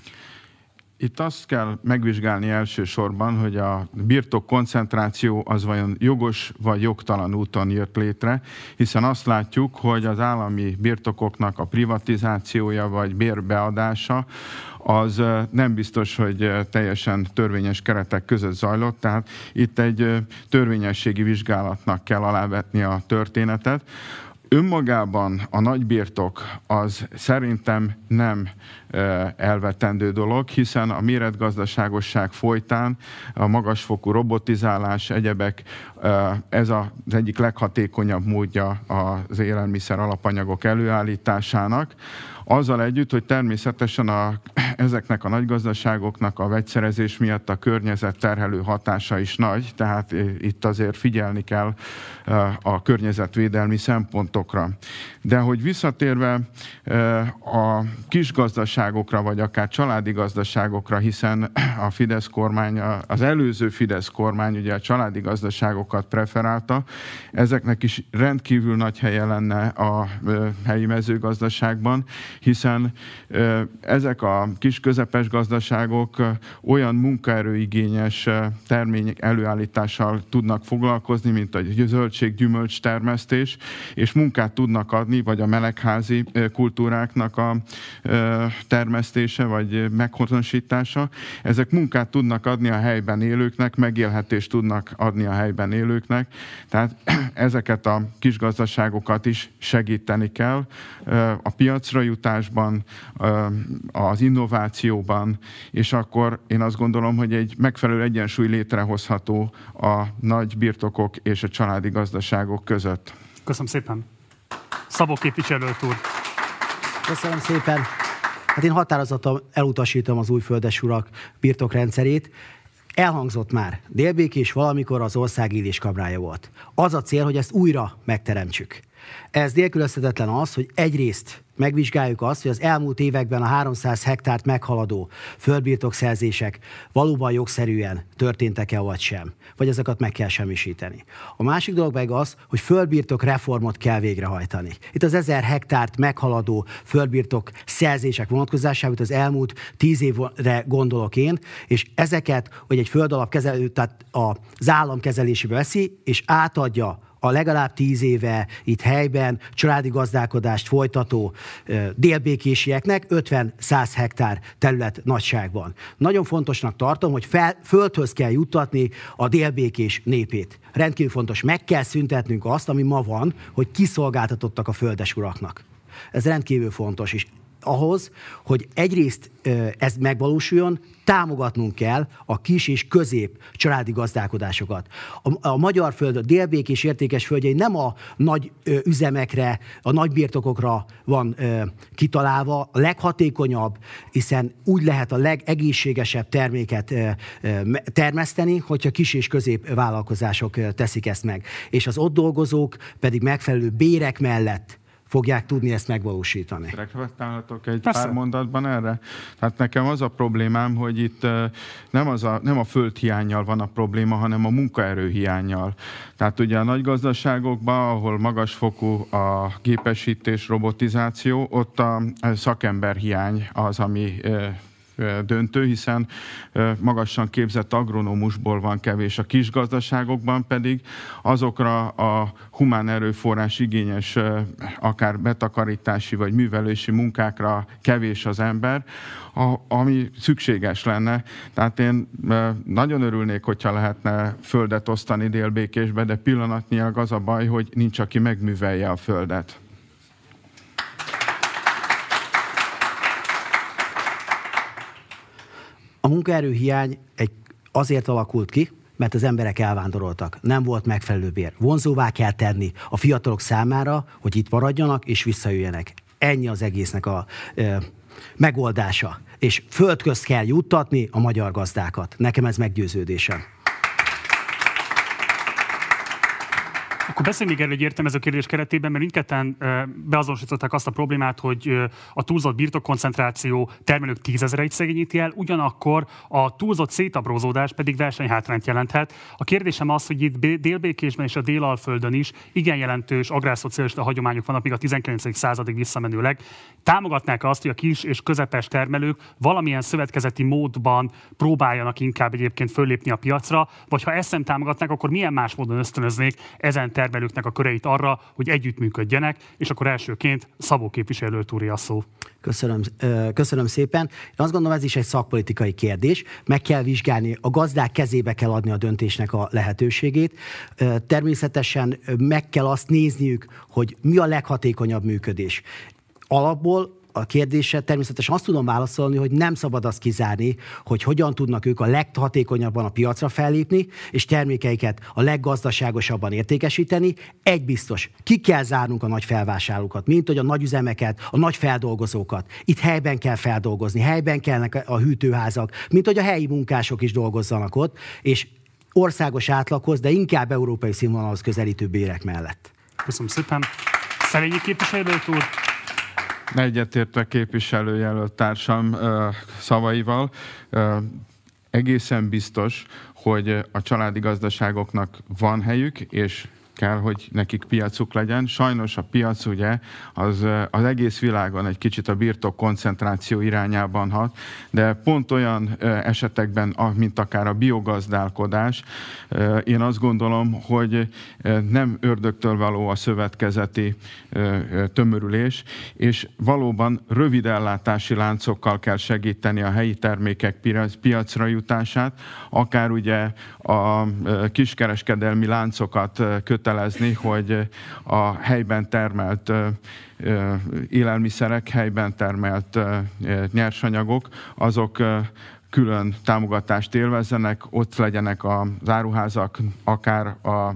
Itt azt kell megvizsgálni elsősorban, hogy a birtok koncentráció az vajon jogos vagy jogtalan úton jött létre, hiszen azt látjuk, hogy az állami birtokoknak a privatizációja vagy bérbeadása az nem biztos, hogy teljesen törvényes keretek között zajlott, tehát itt egy törvényességi vizsgálatnak kell alávetni a történetet. Önmagában a nagybirtok az szerintem nem elvetendő dolog, hiszen a méretgazdaságosság folytán a magasfokú robotizálás, egyebek, ez az egyik leghatékonyabb módja az élelmiszer alapanyagok előállításának. Azzal együtt, hogy természetesen a, ezeknek a nagygazdaságoknak a vegyszerezés miatt a környezet terhelő hatása is nagy, tehát itt azért figyelni kell a környezetvédelmi szempontokra. De hogy visszatérve a kisgazdaságokra, vagy akár családi gazdaságokra, hiszen a Fidesz kormány, az előző Fidesz kormány ugye a családi gazdaságokat preferálta, ezeknek is rendkívül nagy helye lenne a helyi mezőgazdaságban, hiszen ezek a kis közepes gazdaságok olyan munkaerőigényes termények előállítással tudnak foglalkozni, mint a zöldség-gyümölcs termesztés, és munkát tudnak adni, vagy a melegházi kultúráknak a termesztése, vagy meghonosítása. Ezek munkát tudnak adni a helyben élőknek, megélhetést tudnak adni a helyben élőknek, tehát ezeket a kis gazdaságokat is segíteni kell a piacra jutásban, az innovációban, és akkor én azt gondolom, hogy egy megfelelő egyensúly létrehozható a nagy birtokok és a családi gazdaságok között. Köszönöm szépen. Szabó képviselőt úr. Köszönöm szépen. Hát én határozottan elutasítom az újföldesurak birtokrendszerét. Elhangzott már, Dél-Békés valamikor az ország éléskamrája volt. Az a cél, hogy ezt újra megteremtsük. Ez nélkülözhetetlen az, hogy egyrészt megvizsgáljuk azt, hogy az elmúlt években a háromszáz hektárt meghaladó földbirtokszerzések valóban jogszerűen történtek-e vagy sem, vagy ezeket meg kell semmisíteni. A másik dolog meg az, hogy földbirtok reformot kell végrehajtani. Itt az ezer hektárt meghaladó földbirtok szerzések vonatkozásában az elmúlt tíz évre gondolok én, és ezeket, hogy egy földalapkezelő, tehát az állam kezelésébe veszi, és átadja a legalább tíz éve itt helyben családi gazdálkodást folytató délbékésieknek ötven-száz hektár terület nagyságban. Nagyon fontosnak tartom, hogy fel, földhöz kell juttatni a délbékés népét. Rendkívül fontos, meg kell szüntetnünk azt, ami ma van, hogy kiszolgáltatottak a földesuraknak. Ez rendkívül fontos, és ahhoz, hogy egyrészt ez megvalósuljon, támogatnunk kell a kis és közép családi gazdálkodásokat. A, a magyar föld, a délbékés értékes földjei nem a nagy ö, üzemekre, a nagy birtokokra van ö, kitalálva, a leghatékonyabb, hiszen úgy lehet a legegészségesebb terméket ö, ö, termeszteni, hogyha kis és közép vállalkozások ö, teszik ezt meg. És az ott dolgozók pedig megfelelő bérek mellett fogják tudni ezt megvalósítani. Reflektálhatok egy Persze. pár mondatban erre? Tehát nekem az a problémám, hogy itt nem, az a, nem a földhiánnyal van a probléma, hanem a munkaerőhiánnyal. Tehát ugye a nagy gazdaságokban, ahol magasfokú a gépesítés, robotizáció, ott a szakemberhiány az, ami döntő, hiszen magasan képzett agronómusból van kevés. A kis gazdaságokban pedig azokra a humán erőforrás igényes, akár betakarítási vagy művelési munkákra kevés az ember, a, ami szükséges lenne. Tehát én nagyon örülnék, hogyha lehetne földet osztani délbékésbe, de pillanatnyilag az a baj, hogy nincs, aki megművelje a földet. A munkaerőhiány egy azért alakult ki, mert az emberek elvándoroltak. Nem volt megfelelő bér. Vonzóvá kell tenni a fiatalok számára, hogy itt maradjanak és visszajöjjenek. Ennyi az egésznek a e, megoldása. És földköz kell juttatni a magyar gazdákat. Nekem ez meggyőződésem. Akkor beszéljünk még erről egy értelmező kérdés keretében, mert mindketten beazonosították azt a problémát, hogy a túlzott birtokkoncentráció termelők tízezereit szegényíti el, ugyanakkor a túlzott szétaprózódás pedig versenyhátrányt jelenthet. A kérdésem az, hogy itt Délbékésben és a Délalföldön is igen jelentős agrárszocialista hagyományok vannak, még a tizenkilencedik századig visszamenőleg. Támogatnák azt, hogy a kis és közepes termelők valamilyen szövetkezeti módban próbáljanak inkább egyébként föllépni a piacra, vagy ha ezt nem támogatnák, akkor milyen más módon ösztönöznék ezen termelőknek a köreit arra, hogy együttműködjenek, és akkor elsőként Szabó képviselőt úré a szó. Köszönöm, köszönöm szépen. Én azt gondolom, ez is egy szakpolitikai kérdés. Meg kell vizsgálni, a gazdák kezébe kell adni a döntésnek a lehetőségét. Természetesen meg kell azt nézniük, hogy mi a leghatékonyabb működés. Alapból a kérdésre természetesen azt tudom válaszolni, hogy nem szabad azt kizárni, hogy hogyan tudnak ők a leghatékonyabban a piacra fellépni, és termékeiket a leggazdaságosabban értékesíteni. Egy biztos, ki kell zárnunk a nagy felvásárlókat, mint hogy a nagy üzemeket, a nagy feldolgozókat. Itt helyben kell feldolgozni, helyben kellnek a hűtőházak, mint hogy a helyi munkások is dolgozzanak ott, és országos átlaghoz, de inkább európai színvonalhoz közelítő bérek mellett. Köszönöm szépen. Szerényi képviselőt úr. Egyetértve képviselőjelölt társam szavaival, egészen biztos, hogy a családi gazdaságoknak van helyük, és kell, hogy nekik piacuk legyen. Sajnos a piac ugye az, az egész világon egy kicsit a birtok koncentráció irányában hat, de pont olyan esetekben, mint akár a biogazdálkodás, én azt gondolom, hogy nem ördögtől való a szövetkezeti tömörülés, és valóban rövid ellátási láncokkal kell segíteni a helyi termékek piacra jutását, akár ugye a kiskereskedelmi láncokat kötelezni, hogy a helyben termelt élelmiszerek, helyben termelt nyersanyagok, azok külön támogatást élvezzenek, ott legyenek az áruházak, akár a,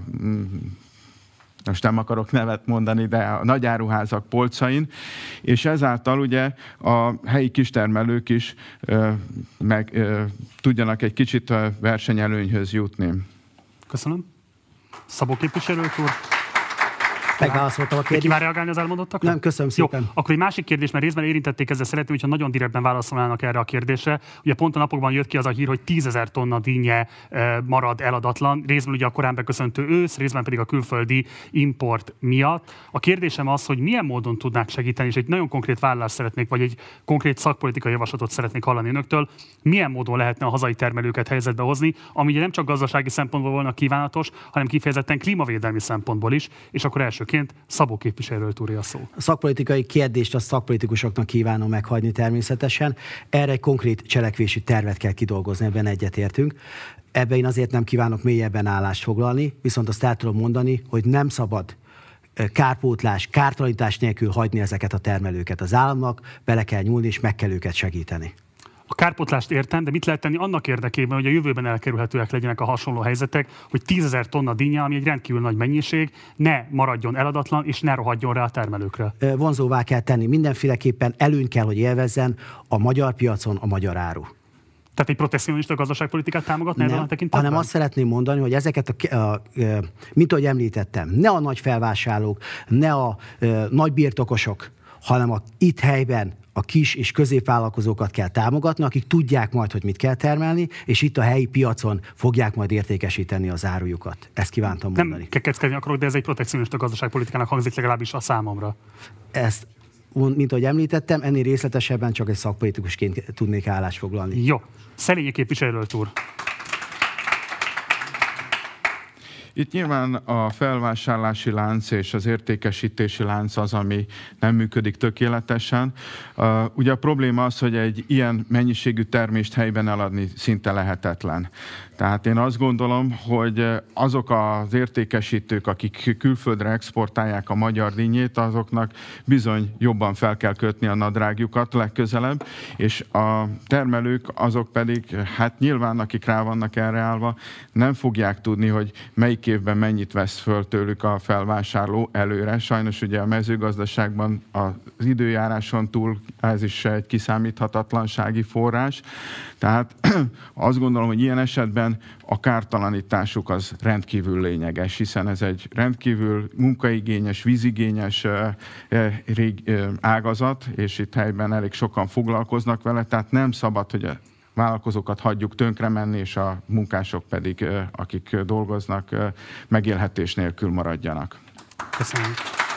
most nem akarok nevet mondani, de a nagy áruházak polcain, és ezáltal ugye a helyi kistermelők is meg tudjanak egy kicsit versenyelőnyhöz jutni. Köszönöm. Szabó képviselőt úr. Megválaszoltam a kérdést. Kíván reagálni az elmondottakra? Nem, köszönöm szépen. Jó, akkor egy másik kérdés, mert részben érintették, ezzel szeretném, hogyha nagyon direktben válaszolnának erre a kérdésre. Ugye pont a napokban jött ki az a hír, hogy tízezer tonna dinnye marad eladatlan, részben ugye a korán beköszöntő ősz, részben pedig a külföldi import miatt. A kérdésem az, hogy milyen módon tudnák segíteni, és egy nagyon konkrét vállalást szeretnék, vagy egy konkrét szakpolitikai javaslatot szeretnék hallani önöktől, milyen módon lehetne a hazai termelőket helyzetbe hozni, ami ugye nem csak gazdasági szempontból volna kívánatos, hanem kifejezetten klímavédelmi szempontból is, és akkor elsőként Szabó képviselőről túrja a szó. A szakpolitikai kérdést a szakpolitikusoknak kívánom meghagyni természetesen. Erre egy konkrét cselekvési tervet kell kidolgozni, ebben egyetértünk. Ebben én azért nem kívánok mélyebben állást foglalni, viszont azt el tudom mondani, hogy nem szabad kárpótlás, kártalanítás nélkül hagyni ezeket a termelőket. Az államnak bele kell nyúlni, és meg kell őket segíteni. A kárpótlást értem, de mit lehet tenni annak érdekében, hogy a jövőben elkerülhetőek legyenek a hasonló helyzetek, hogy tízezer tonna dinnye, ami egy rendkívül nagy mennyiség, ne maradjon eladatlan, és ne rohadjon rá a termelőkre. Vonzóvá kell tenni. Mindenféleképpen előny kell, hogy élvezzen a magyar piacon a magyar áru. Tehát egy protekcionista gazdaságpolitikát támogatni ebben a tekintetben? Hanem azt szeretném mondani, hogy ezeket, a, a, a, mint ahogy említettem, ne a nagy felvásárlók, ne a, a nagy birtokosok, hanem a, itt helyben a kis és középvállalkozókat kell támogatni, akik tudják majd, hogy mit kell termelni, és itt a helyi piacon fogják majd értékesíteni az árujukat. Ezt kívántam mondani. Nem kekeckedni akarok, de ez egy protekcionista gazdaságpolitikának hangzik legalábbis a számomra. Ezt, mint ahogy említettem, ennél részletesebben csak egy szakpolitikusként tudnék állást foglalni. Jó. Szelényi képviselő úr. Itt nyilván a felvásárlási lánc és az értékesítési lánc az, ami nem működik tökéletesen. Ugye a probléma az, hogy egy ilyen mennyiségű termést helyben eladni szinte lehetetlen. Tehát én azt gondolom, hogy azok az értékesítők, akik külföldre exportálják a magyar dinnyét, azoknak bizony jobban fel kell kötni a nadrágjukat legközelebb, és a termelők azok pedig, hát nyilván akik rá vannak erre állva, nem fogják tudni, hogy melyik évben mennyit vesz föl tőlük a felvásárló előre. Sajnos ugye a mezőgazdaságban az időjáráson túl ez is egy kiszámíthatatlansági forrás. Tehát azt gondolom, hogy ilyen esetben a kártalanításuk az rendkívül lényeges, hiszen ez egy rendkívül munkaigényes, vízigényes ágazat, és itt helyben elég sokan foglalkoznak vele, tehát nem szabad, hogy a vállalkozókat hagyjuk tönkre menni, és a munkások pedig, akik dolgoznak, megélhetés nélkül maradjanak. Köszönöm.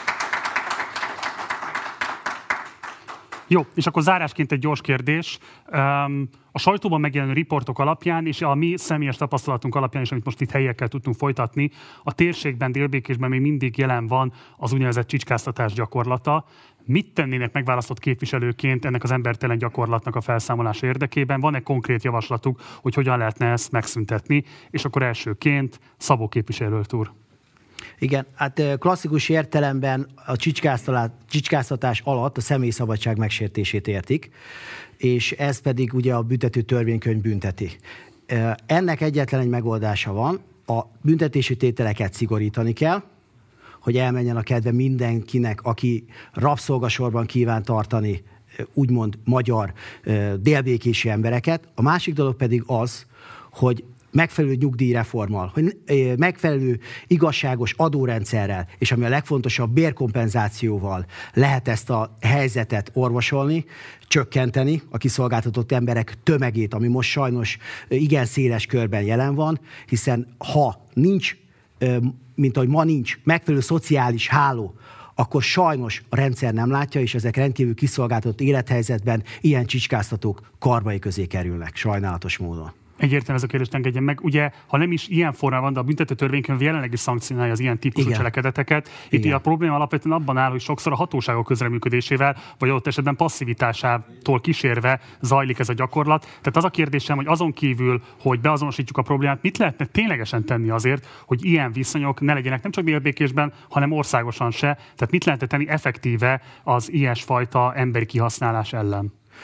Jó, és akkor zárásként egy gyors kérdés. A sajtóban megjelenő riportok alapján, és a mi személyes tapasztalatunk alapján is, amit most itt helyiekkel tudtunk folytatni, a térségben, Délbékésben még mindig jelen van az úgynevezett csicskáztatás gyakorlata. Mit tennének megválasztott képviselőként ennek az embertelen gyakorlatnak a felszámolása érdekében? Van-e konkrét javaslatuk, hogy hogyan lehetne ezt megszüntetni? És akkor elsőként Szabó képviselő úr. Igen, hát klasszikus értelemben a csicskáztatás alatt a személyszabadság megsértését értik, és ez pedig ugye a büntető törvénykönyv bünteti. Ennek egyetlen egy megoldása van, a büntetési tételeket szigorítani kell, hogy elmenjen a kedve mindenkinek, aki rabszolgasorban kíván tartani úgymond magyar délbékési embereket. A másik dolog pedig az, hogy megfelelő nyugdíjreformmal, hogy megfelelő igazságos adórendszerrel, és ami a legfontosabb, bérkompenzációval lehet ezt a helyzetet orvosolni, csökkenteni a kiszolgáltatott emberek tömegét, ami most sajnos igen széles körben jelen van, hiszen ha nincs, mint ahogy ma nincs, megfelelő szociális háló, akkor sajnos a rendszer nem látja, és ezek rendkívül kiszolgáltatott élethelyzetben ilyen csicskáztatók karmai közé kerülnek, sajnálatos módon. Egyértelműen ez a kérdést engedjen meg. Ugye, ha nem is ilyen formában van, de a büntető törvénykönyv jelenleg is szankcionálja az ilyen típusú Igen. cselekedeteket. Itt ugye a probléma alapvetően abban áll, hogy sokszor a hatóságok közreműködésével, vagy ott esetben passzivitásától kísérve zajlik ez a gyakorlat. Tehát az a kérdésem, hogy azon kívül, hogy beazonosítjuk a problémát, mit lehetne ténylegesen tenni azért, hogy ilyen viszonyok ne legyenek nem csak Délbékésben, hanem országosan se. Tehát mit lehetne tenni effektíve az ilyesfajta emberi kihasználás ellen?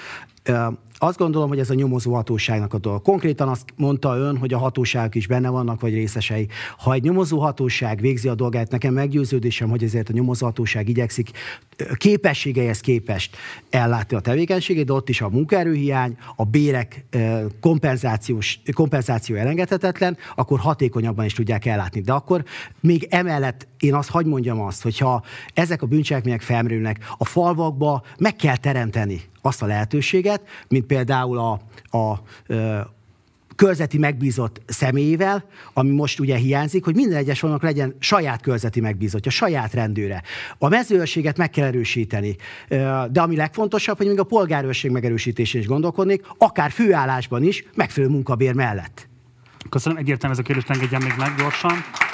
Azt gondolom, hogy ez a nyomozó hatóságnak a dolga. Konkrétan azt mondta ön, hogy a hatóságok is benne vannak, vagy részesei. Ha egy nyomozó hatóság végzi a dolgát, nekem meggyőződésem, hogy ezért a nyomozó hatóság igyekszik képességeihez képest ellátni a tevékenységét, de ott is a munkaerőhiány, a bérek kompenzációs, kompenzáció elengedhetetlen, akkor hatékonyabban is tudják ellátni. De akkor még emellett én azt hagy mondjam azt, hogyha ezek a bűncselekmények felmerülnek, a falvakba meg kell teremteni azt a lehetőséget, mint például a, a, a körzeti megbízott személyével, ami most ugye hiányzik, hogy minden egyes falnak legyen saját körzeti megbízottja, saját rendőre. A mezőőrséget meg kell erősíteni, de ami legfontosabb, hogy még a polgárőrség megerősítésén is gondolkodnék, akár főállásban is, megfelelő munkabér mellett. Köszönöm, egyértelmű ez a kérdést engedjen még meg gyorsan.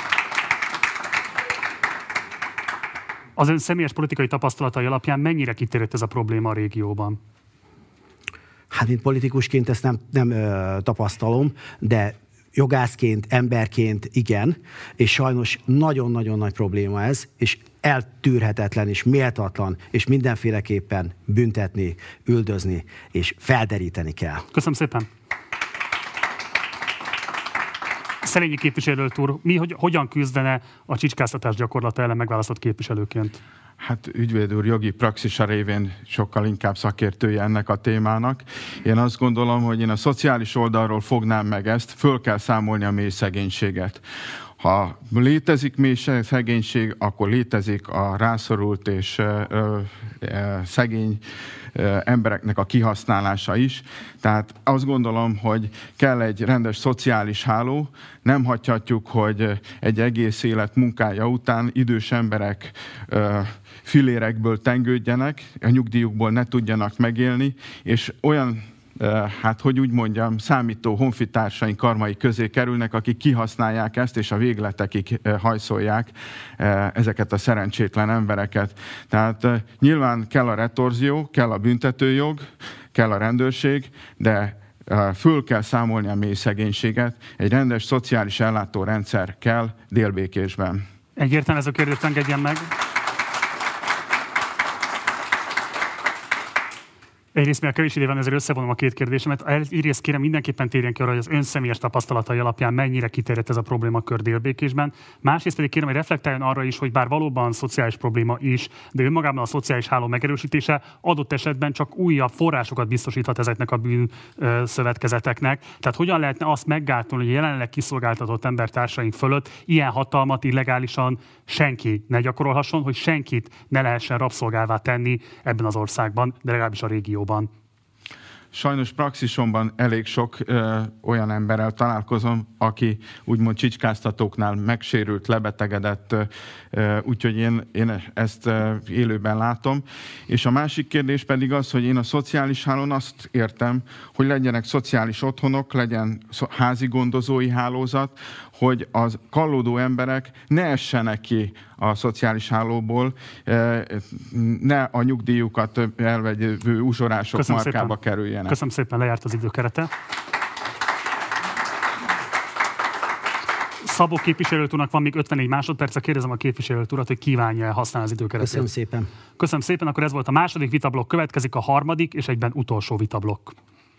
Az ön személyes politikai tapasztalatai alapján mennyire kitérett ez a probléma a régióban? Hát, mint politikusként ezt nem, nem ö, tapasztalom, de jogászként, emberként igen, és sajnos nagyon-nagyon nagy probléma ez, és eltűrhetetlen, és méltatlan, és mindenféleképpen büntetni, üldözni, és felderíteni kell. Köszönöm szépen! Szelényi képviselőt úr, mi hogy, hogyan küzdene a csicskáztatás gyakorlata ellen megválasztott képviselőként? Hát ügyvéd úr jogi praxisa révén sokkal inkább szakértője ennek a témának. Én azt gondolom, hogy én a szociális oldalról fognám meg ezt, föl kell számolni a mély szegénységet. Ha létezik mély szegénység, akkor létezik a rászorult és ö, ö, szegény ö, embereknek a kihasználása is. Tehát azt gondolom, hogy kell egy rendes szociális háló. Nem hagyhatjuk, hogy egy egész élet munkája után idős emberek ö, filérekből tengődjenek, a nyugdíjukból ne tudjanak megélni, és olyan hát, hogy úgy mondjam, számító honfitársaink karmai közé kerülnek, akik kihasználják ezt, és a végletekig hajszolják ezeket a szerencsétlen embereket. Tehát nyilván kell a retorzió, kell a büntetőjog, kell a rendőrség, de föl kell számolni a mély szegénységet. Egy rendes szociális ellátórendszer kell Délbékésben. Egyértelműen ez a kérdést engedjen meg. Egyrészt, mivel kevés idő van, ezért összevonom a két kérdésemet. Egyrészt kérem, mindenképpen térjen ki arra, hogy az ön személyes tapasztalatai alapján mennyire kiterjedt ez a problémakör Délbékésben. Másrészt pedig kérem, hogy reflektáljon arra is, hogy bár valóban szociális probléma is, de önmagában a szociális háló megerősítése adott esetben csak újabb forrásokat biztosíthat ezeknek a bűnszövetkezeteknek. Tehát hogyan lehetne azt meggátolni, hogy jelenleg kiszolgáltatott embertársaink fölött ilyen hatalmat illegálisan senki ne gyakorolhasson, hogy senkit ne lehessen rabszolgává tenni ebben az országban, de legalábbis a régióban. Sajnos praxisomban elég sok ö, olyan emberrel találkozom, aki úgymond csicskáztatóknál megsérült, lebetegedett, úgyhogy én, én ezt ö, élőben látom. És a másik kérdés pedig az, hogy én a szociális hálón azt értem, hogy legyenek szociális otthonok, legyen házi gondozói hálózat, hogy az kallódó emberek ne essenek ki a szociális hálóból, ne a nyugdíjukat elvegyő uzsorások Köszönöm markába szépen. kerüljenek. Köszönöm szépen, lejárt az időkerete. Szabó képviselőt úrnak van még ötvennégy másodperce, kérdezem a képviselőt urat, hogy kívánja használni az időkeretét. Köszönöm szépen. Köszönöm szépen, akkor ez volt a második vitablokk, következik a harmadik és egyben utolsó vitablokk.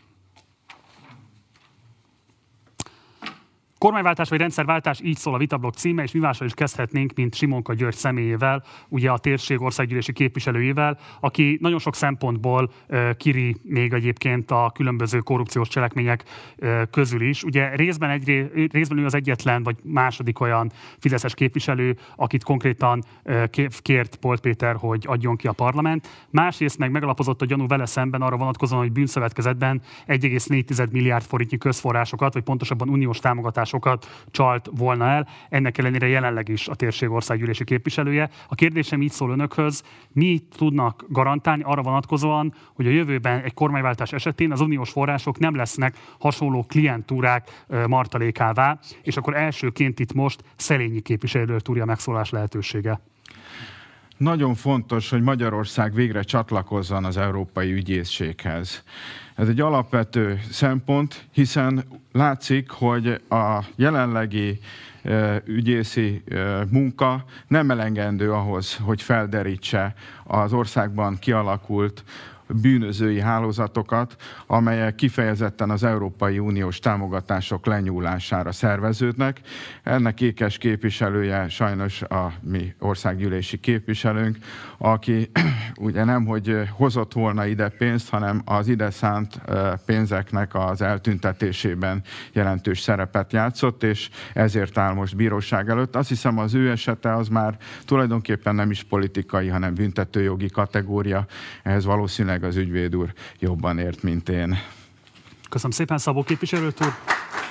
Kormányváltás vagy rendszerváltás, így szól a vitablokk címe, és mi mással is kezdhetnénk, mint Simonka György személyével, ugye a térség országgyűlési képviselőjével, aki nagyon sok szempontból uh, kiri még egyébként a különböző korrupciós cselekmények uh, közül is. Ugye részben, egy, részben ő az egyetlen, vagy második olyan fideszes képviselő, akit konkrétan uh, kért Polt Péter, hogy adjon ki a parlament. Másrészt meg megalapozott a gyanú vele szemben arra vonatkozóan, hogy bűnszövetkezetben egy egész négy milliárd forintnyi közforrásokat, vagy pontosabban uniós támogatásokat csalt volna el. Ennek ellenére jelenleg is a térség országgyűlési képviselője. A kérdésem így szól önökhöz, mi tudnak garantálni arra vonatkozóan, hogy a jövőben egy kormányváltás esetén az uniós források nem lesznek hasonló klientúrák martalékává, és akkor elsőként itt most Szelényi képviselőt úrja megszólás lehetősége. Nagyon fontos, hogy Magyarország végre csatlakozzon az Európai Ügyészséghez. Ez egy alapvető szempont, hiszen látszik, hogy a jelenlegi e, ügyészi e, munka nem elegendő ahhoz, hogy felderítse az országban kialakult bűnözői hálózatokat, amelyek kifejezetten az Európai Uniós támogatások lenyúlására szerveződnek. Ennek ékes képviselője sajnos a mi országgyűlési képviselőnk, aki ugye nem, hogy hozott volna ide pénzt, hanem az ide szánt pénzeknek az eltüntetésében jelentős szerepet játszott, és ezért áll most bíróság előtt. Azt hiszem, az ő esete az már tulajdonképpen nem is politikai, hanem büntetőjogi kategória. Ehhez valószínűleg az ügyvéd úr jobban ért, mint én. Köszönöm szépen, Szabó képviselőt úr.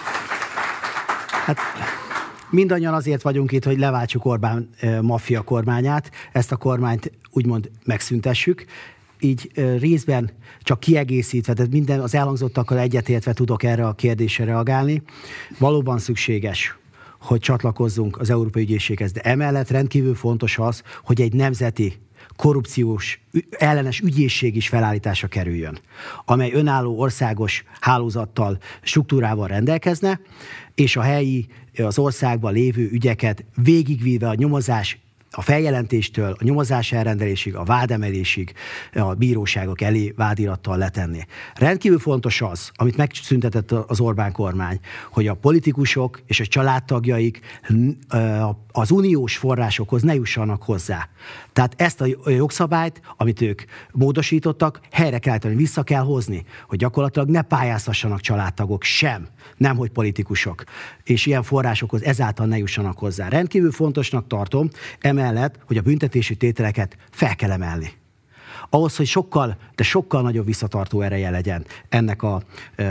Hát mindannyian azért vagyunk itt, hogy leváltsuk Orbán e, maffia kormányát, ezt a kormányt úgymond megszüntessük. Így e, részben csak kiegészítve, tehát minden az elhangzottakkal egyetértve tudok erre a kérdésre reagálni. Valóban szükséges, hogy csatlakozzunk az Európai Ügyészséghez, de emellett rendkívül fontos az, hogy egy nemzeti korrupciós ellenes ügyészség is felállításra kerüljön, amely önálló országos hálózattal, struktúrával rendelkezne, és a helyi, az országban lévő ügyeket végigvíve a nyomozás, a feljelentéstől, a nyomozás elrendelésig, a vádemelésig a bíróságok elé vádirattal letenni. Rendkívül fontos az, amit megszüntetett az Orbán kormány, hogy a politikusok és a családtagjaik az uniós forrásokhoz ne jussanak hozzá. Tehát ezt a jogszabályt, amit ők módosítottak, helyre kell állítani, vissza kell hozni, hogy gyakorlatilag ne pályázhassanak családtagok sem, nemhogy politikusok, és ilyen forrásokhoz ezáltal ne jussanak hozzá. Rendkívül fontosnak tartom, emellett, hogy a büntetési tételeket fel kell emelni. Ahhoz, hogy sokkal, de sokkal nagyobb visszatartó ereje legyen ennek a,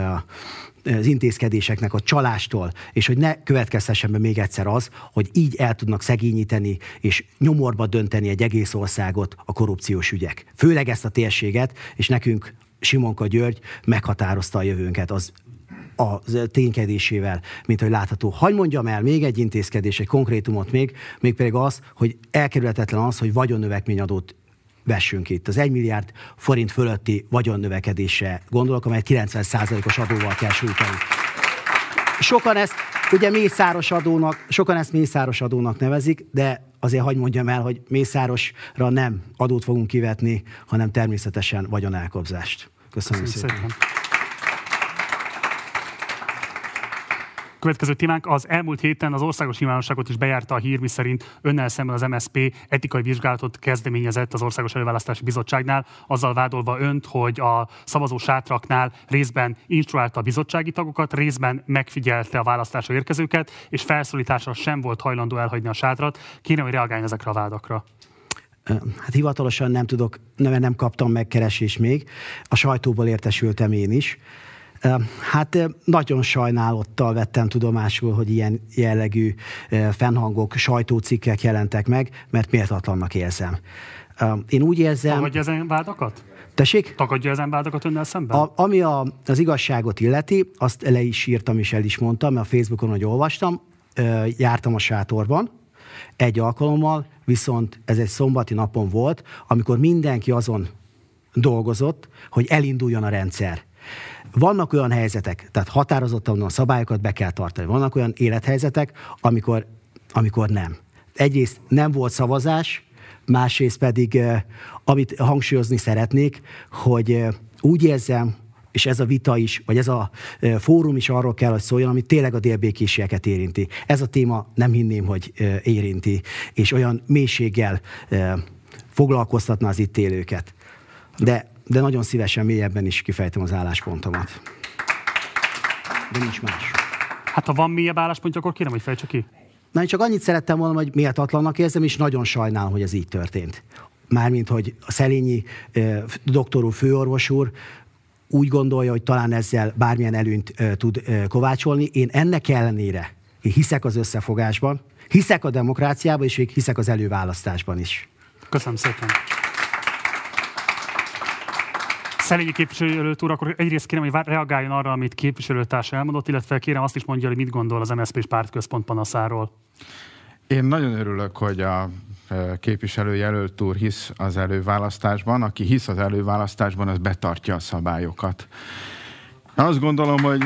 az intézkedéseknek a csalástól, és hogy ne következhessen be még egyszer az, hogy így el tudnak szegényíteni és nyomorba dönteni egy egész országot a korrupciós ügyek. Főleg ezt a térséget, és nekünk Simonka György meghatározta a jövőnket az a ténykedésével, mint hogy látható. Hagy mondjam el még egy intézkedés, egy konkrétumot még, mégpedig az, hogy elkerülhetetlen az, hogy vagyonnövekményadót vessünk itt. Az egy milliárd forint fölötti vagyonnövekedésre gondolok, amelyet kilencven százalékos adóval kell sújtani. Sokan ezt ugye mészáros adónak, sokan ezt mészáros adónak nevezik, de azért hagy mondjam el, hogy mészárosra nem adót fogunk kivetni, hanem természetesen vagyonelkobzást. Köszönöm, Köszönöm szépen. szépen. Következő témánk: az elmúlt héten az országos nyilvánosságot is bejárta a hír, miszerint önnel szemben az em es zé pé etikai vizsgálatot kezdeményezett az Országos Előválasztási Bizottságnál, azzal vádolva önt, hogy a szavazó sátraknál részben instruálta a bizottsági tagokat, részben megfigyelte a választásra érkezőket, és felszólításra sem volt hajlandó elhagyni a sátrat. Kérem, hogy reagáljon ezekre a vádakra. Hát hivatalosan nem tudok, nem, nem kaptam megkeresést még. A sajtóból értesültem én is. Hát nagyon sajnálattal vettem tudomásul, hogy ilyen jellegű fennhangok, sajtócikkek jelentek meg, mert méltatlannak érzem. Én úgy érzem... Tagadja ezen vádakat? Tessék? Tagadja ezen vádakat önnel szemben? A, ami a, az igazságot illeti, azt le is írtam és el is mondtam, mert a Facebookon, hogy olvastam, jártam a sátorban egy alkalommal, viszont ez egy szombati napon volt, amikor mindenki azon dolgozott, hogy elinduljon a rendszer. Vannak olyan helyzetek, tehát határozottan a szabályokat be kell tartani. Vannak olyan élethelyzetek, amikor, amikor nem. Egyrészt nem volt szavazás, másrészt pedig, amit hangsúlyozni szeretnék, hogy úgy érzem, és ez a vita is, vagy ez a fórum is arról kell, hogy szóljon, ami tényleg a délbékésieket érinti. Ez a téma nem hinném, hogy érinti, és olyan mélységgel foglalkoztatna az itt élőket. De de nagyon szívesen mélyebben is kifejtem az álláspontomat. De nincs más. Hát ha van mélyebb álláspontja, akkor kérem, hogy fejtse ki. Na, én csak annyit szerettem volna, hogy méltatlannak érzem, és nagyon sajnálom, hogy ez így történt. Mármint, hogy a Szelényi eh, doktorú főorvos úr úgy gondolja, hogy talán ezzel bármilyen előnyt eh, tud eh, kovácsolni. Én ennek ellenére én hiszek az összefogásban, hiszek a demokráciában, és még hiszek az előválasztásban is. Köszönöm szépen. Szelényi képviselőjelölt úr, akkor egyrészt kérem, hogy reagáljon arra, amit képviselőtársa elmondott, illetve kérem azt is mondja, hogy mit gondol az em es zé pés pártközpont panaszáról. Én nagyon örülök, hogy a képviselőjelölt úr hisz az előválasztásban. Aki hisz az előválasztásban, az betartja a szabályokat. Azt gondolom, hogy...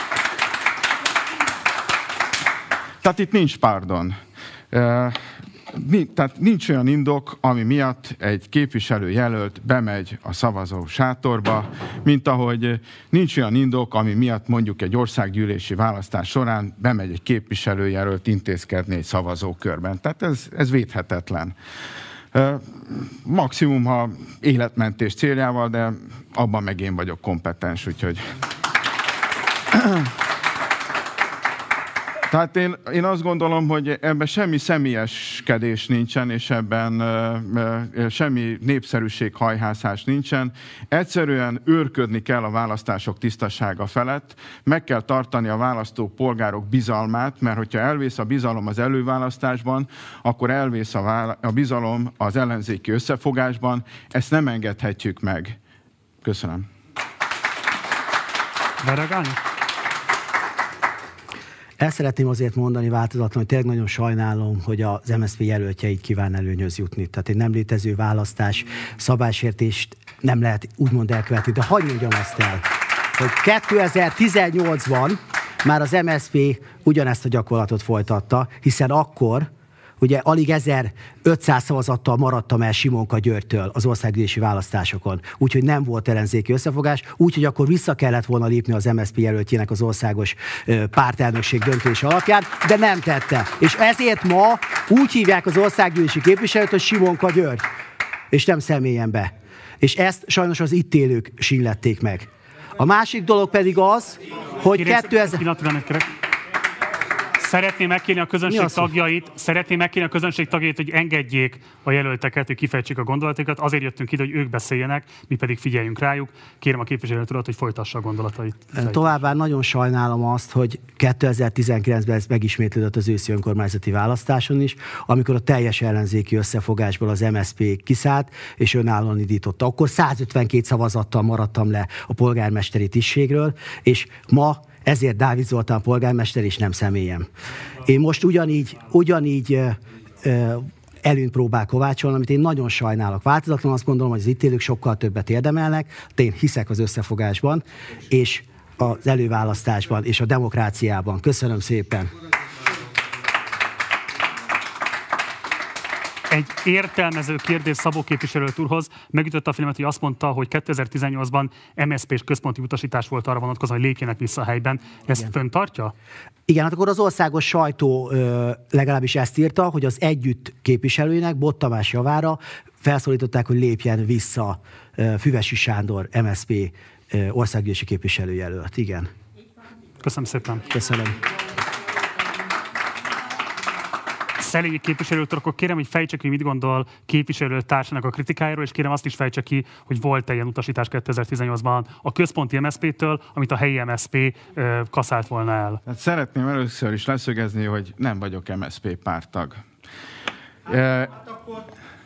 Tehát itt nincs pardon. tehát nincs olyan indok, ami miatt egy képviselőjelölt bemegy a szavazó sátorba, mint ahogy nincs olyan indok, ami miatt mondjuk egy országgyűlési választás során bemegy egy képviselőjelölt intézkedni egy szavazókörben. Tehát ez, ez védhetetlen. Maximum, ha életmentés céljával, de abban meg én vagyok kompetens, úgyhogy... Tehát én, én azt gondolom, hogy ebben semmi személyeskedés nincsen, és ebben uh, semmi népszerűséghajhászás nincsen. Egyszerűen őrködni kell a választások tisztasága felett, meg kell tartani a választópolgárok bizalmát, mert hogyha elvész a bizalom az előválasztásban, akkor elvész a, vála- a bizalom az ellenzéki összefogásban. Ezt nem engedhetjük meg. Köszönöm. Bereagálni? El szeretném azért mondani változatlan, hogy tényleg nagyon sajnálom, hogy az em es zé pé jelöltje így kíván előnyhöz jutni. Tehát egy nem létező választás, szabálysértést nem lehet úgymond elkövetni. De hadd mondjam azt el, hogy kétezer-tizennyolcban már az em es zé pé ugyanezt a gyakorlatot folytatta, hiszen akkor ugye alig ezerötszáz szavazattal maradtam el Simonka Györgytől az országgyűlési választásokon. Úgyhogy nem volt ellenzéki összefogás, úgyhogy akkor vissza kellett volna lépni az em es zé pé jelöltjének az országos pártelnökség döntése alapján, de nem tette. És ezért ma úgy hívják az országgyűlési képviselőt, hogy Simonka György, és nem személyen be. És ezt sajnos az itt élők sínlették meg. A másik dolog pedig az, hogy kétezer... Szeretném megkérni a közönség tagjait, szeretném megkérni a közönség tagjait, hogy engedjék a jelölteket, hogy kifejtsék a gondolatokat. Azért jöttünk ide, hogy ők beszéljenek, mi pedig figyeljünk rájuk. Kérem a képviselőt urat, hogy folytassa a gondolatait. Továbbá nagyon sajnálom azt, hogy kétezer-tizenkilencben ez megismétlődött az őszi önkormányzati választáson is, amikor a teljes ellenzéki összefogásból az em es zé pé kiszállt, és önállóan indította. Akkor százötvenkét szavazattal maradtam le a polgármesteri tisztségről, és ma ezért Dávid Zoltán polgármester, és nem személyem. Én most ugyanígy, ugyanígy ö, ö, előnyt próbál kovácsolni, amit én nagyon sajnálok. Változatlan azt gondolom, hogy az itt élők sokkal többet érdemelnek, de én hiszek az összefogásban, és az előválasztásban, és a demokráciában. Köszönöm szépen! Egy értelmező kérdés Szabó képviselőt úrhoz. Megütötte a filmet, hogy azt mondta, hogy kétezer-tizennyolcban em es zé pés központi utasítás volt arra vonatkozóan, hogy lépjenek vissza a helyben. Ezt Igen. föntartja? Igen, hát akkor az országos sajtó ö, legalábbis ezt írta, hogy az Együtt képviselőinek, Bot Tamás javára felszólították, hogy lépjen vissza ö, Füvesi Sándor em es zé pé ö, országgyűlési képviselőjelölt. Igen. Köszönöm szépen. Köszönöm. Szelényi képviselőtől, akkor kérem, hogy fejtse ki, mit gondol képviselő társának a kritikájáról, és kérem azt is fejtse ki, hogy volt-e ilyen utasítás kétezer-tizennyolcban a központi em es zé pé-től, amit a helyi em es zé pé ö, kaszált volna el. Hát szeretném először is leszögezni, hogy nem vagyok em es zé pé párttag. Hát, e... hát akkor...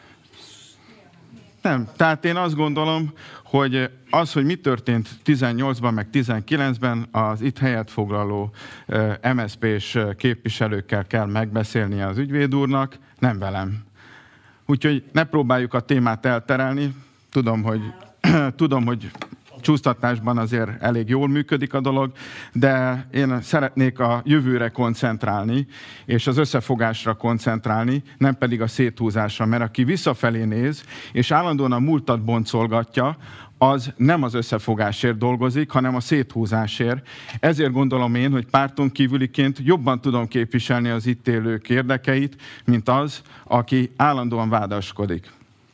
Nem, tehát én azt gondolom, hogy az, hogy mi történt tizennyolcban, meg tizenkilencben, az itt helyet foglaló em es zé pés képviselőkkel kell megbeszélnie az ügyvéd úrnak, nem velem. Úgyhogy ne próbáljuk a témát elterelni. Tudom, hogy, tudom, hogy csúsztatásban azért elég jól működik a dolog, de én szeretnék a jövőre koncentrálni, és az összefogásra koncentrálni, nem pedig a széthúzásra, mert aki visszafelé néz, és állandóan a múltat boncolgatja, az nem az összefogásért dolgozik, hanem a széthúzásért. Ezért gondolom én, hogy párton kívüliként jobban tudom képviselni az itt élők érdekeit, mint az, aki állandóan vádaskodik.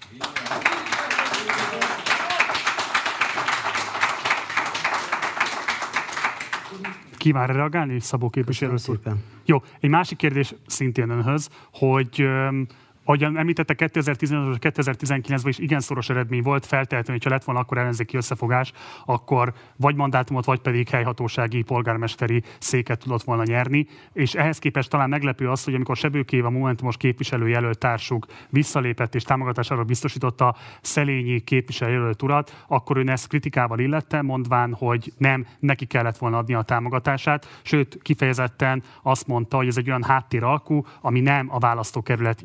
Kíván reagálni, Szabó képviselő? Jó, egy másik kérdés szintén önhöz, hogy ahogyan említette, kétezer-tizenöt és kétezer-tizenkilencben is igen szoros eredmény volt, feltehetően, hogyha lett volna akkor ellenzéki összefogás, akkor vagy mandátumot, vagy pedig helyhatósági polgármesteri széket tudott volna nyerni, és ehhez képest talán meglepő az, hogy amikor Sebők Éva momentumos képviselőjelölt társuk visszalépett és támogatására biztosította Szelényi képviselőjelölt urat, akkor ön ezt kritikával illette, mondván, hogy nem, neki kellett volna adni a támogatását, sőt, kifejezetten azt mondta, hogy ez egy olyan háttéralkú, ami nem a választókerület jövőjét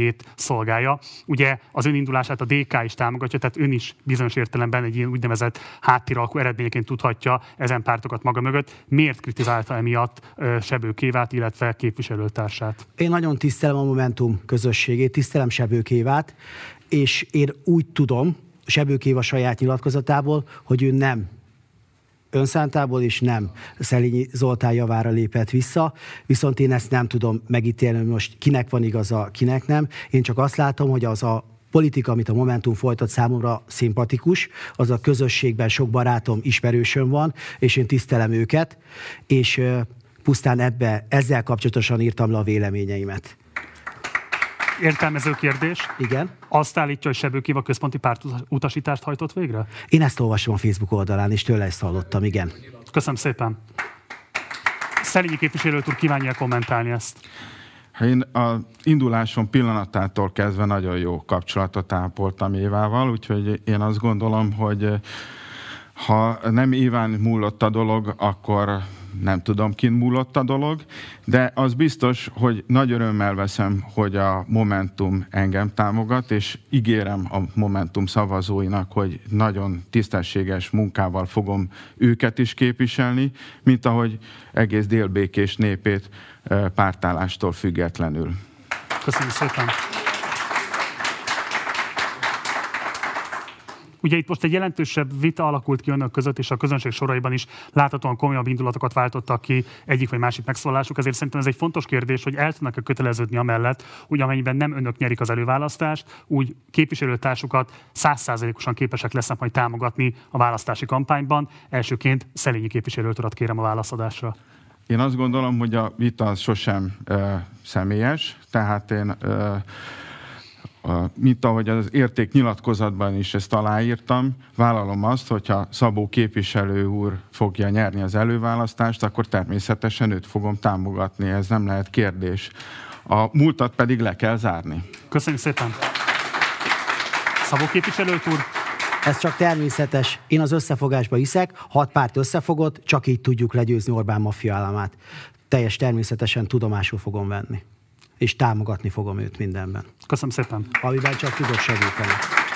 érdekét szolgálja. Ugye az önindulását a dé ká is támogatja, tehát ön is bizonyos értelemben egy ilyen úgynevezett háttéralkú eredményeként tudhatja ezen pártokat maga mögött. Miért kritizálta emiatt Sebők Évát, illetve képviselőtársát? Én nagyon tisztelem a Momentum közösségét, tisztelem Sebők Évát, és én úgy tudom, Sebők Éva saját nyilatkozatából, hogy ő nem önszántából is nem Szelényi Zoltán javára lépett vissza, viszont én ezt nem tudom megítélni, hogy most kinek van igaza, kinek nem. Én csak azt látom, hogy az a politika, amit a Momentum folytat, számomra szimpatikus, az a közösségben sok barátom, ismerősöm van, és én tisztelem őket, és pusztán ebbe, ezzel kapcsolatosan írtam le a véleményeimet. Értelmező kérdés. Igen. Azt állítja, hogy Sebők Éva központi pártutasítást hajtott végre? Én ezt olvasom a Facebook oldalán, és tőle ezt hallottam, igen. Köszönöm szépen. Szelényi képviselőt úr, kívánja kommentálni ezt? Én az indulásom pillanatától kezdve nagyon jó kapcsolatot ápoltam Évával, úgyhogy én azt gondolom, hogy ha nem Éván múlott a dolog, akkor nem tudom, kin múlott a dolog, de az biztos, hogy nagy örömmel veszem, hogy a Momentum engem támogat, és ígérem a Momentum szavazóinak, hogy nagyon tisztességes munkával fogom őket is képviselni, mint ahogy egész Dél-Békés népét pártállástól függetlenül. Köszönjük szépen! Ugye itt most egy jelentősebb vita alakult ki önök között, és a közönség soraiban is láthatóan komolyabb indulatokat váltottak ki egyik vagy másik megszólalásuk. Ezért szerintem ez egy fontos kérdés, hogy el tudnak-e köteleződni amellett, hogy amennyiben nem önök nyerik az előválasztást, úgy képviselőtársukat száz százalékosan képesek lesznek majd támogatni a választási kampányban. Elsőként Szelényi képviselőt urat kérem a válaszadásra. Én azt gondolom, hogy a vita az sosem ö, személyes, tehát én ö, mint ahogy az értéknyilatkozatban is ezt aláírtam, vállalom azt, hogyha Szabó képviselő úr fogja nyerni az előválasztást, akkor természetesen őt fogom támogatni, ez nem lehet kérdés. A múltat pedig le kell zárni. Köszönjük szépen! Szabó képviselő úr! Ez csak természetes. Én az összefogásba hiszek, hat párt összefogott, csak így tudjuk legyőzni Orbán maffia államát. Teljes természetesen tudomásul fogom venni. És támogatni fogom őt mindenben. Köszönöm szépen. Amiben csak tudok segíteni.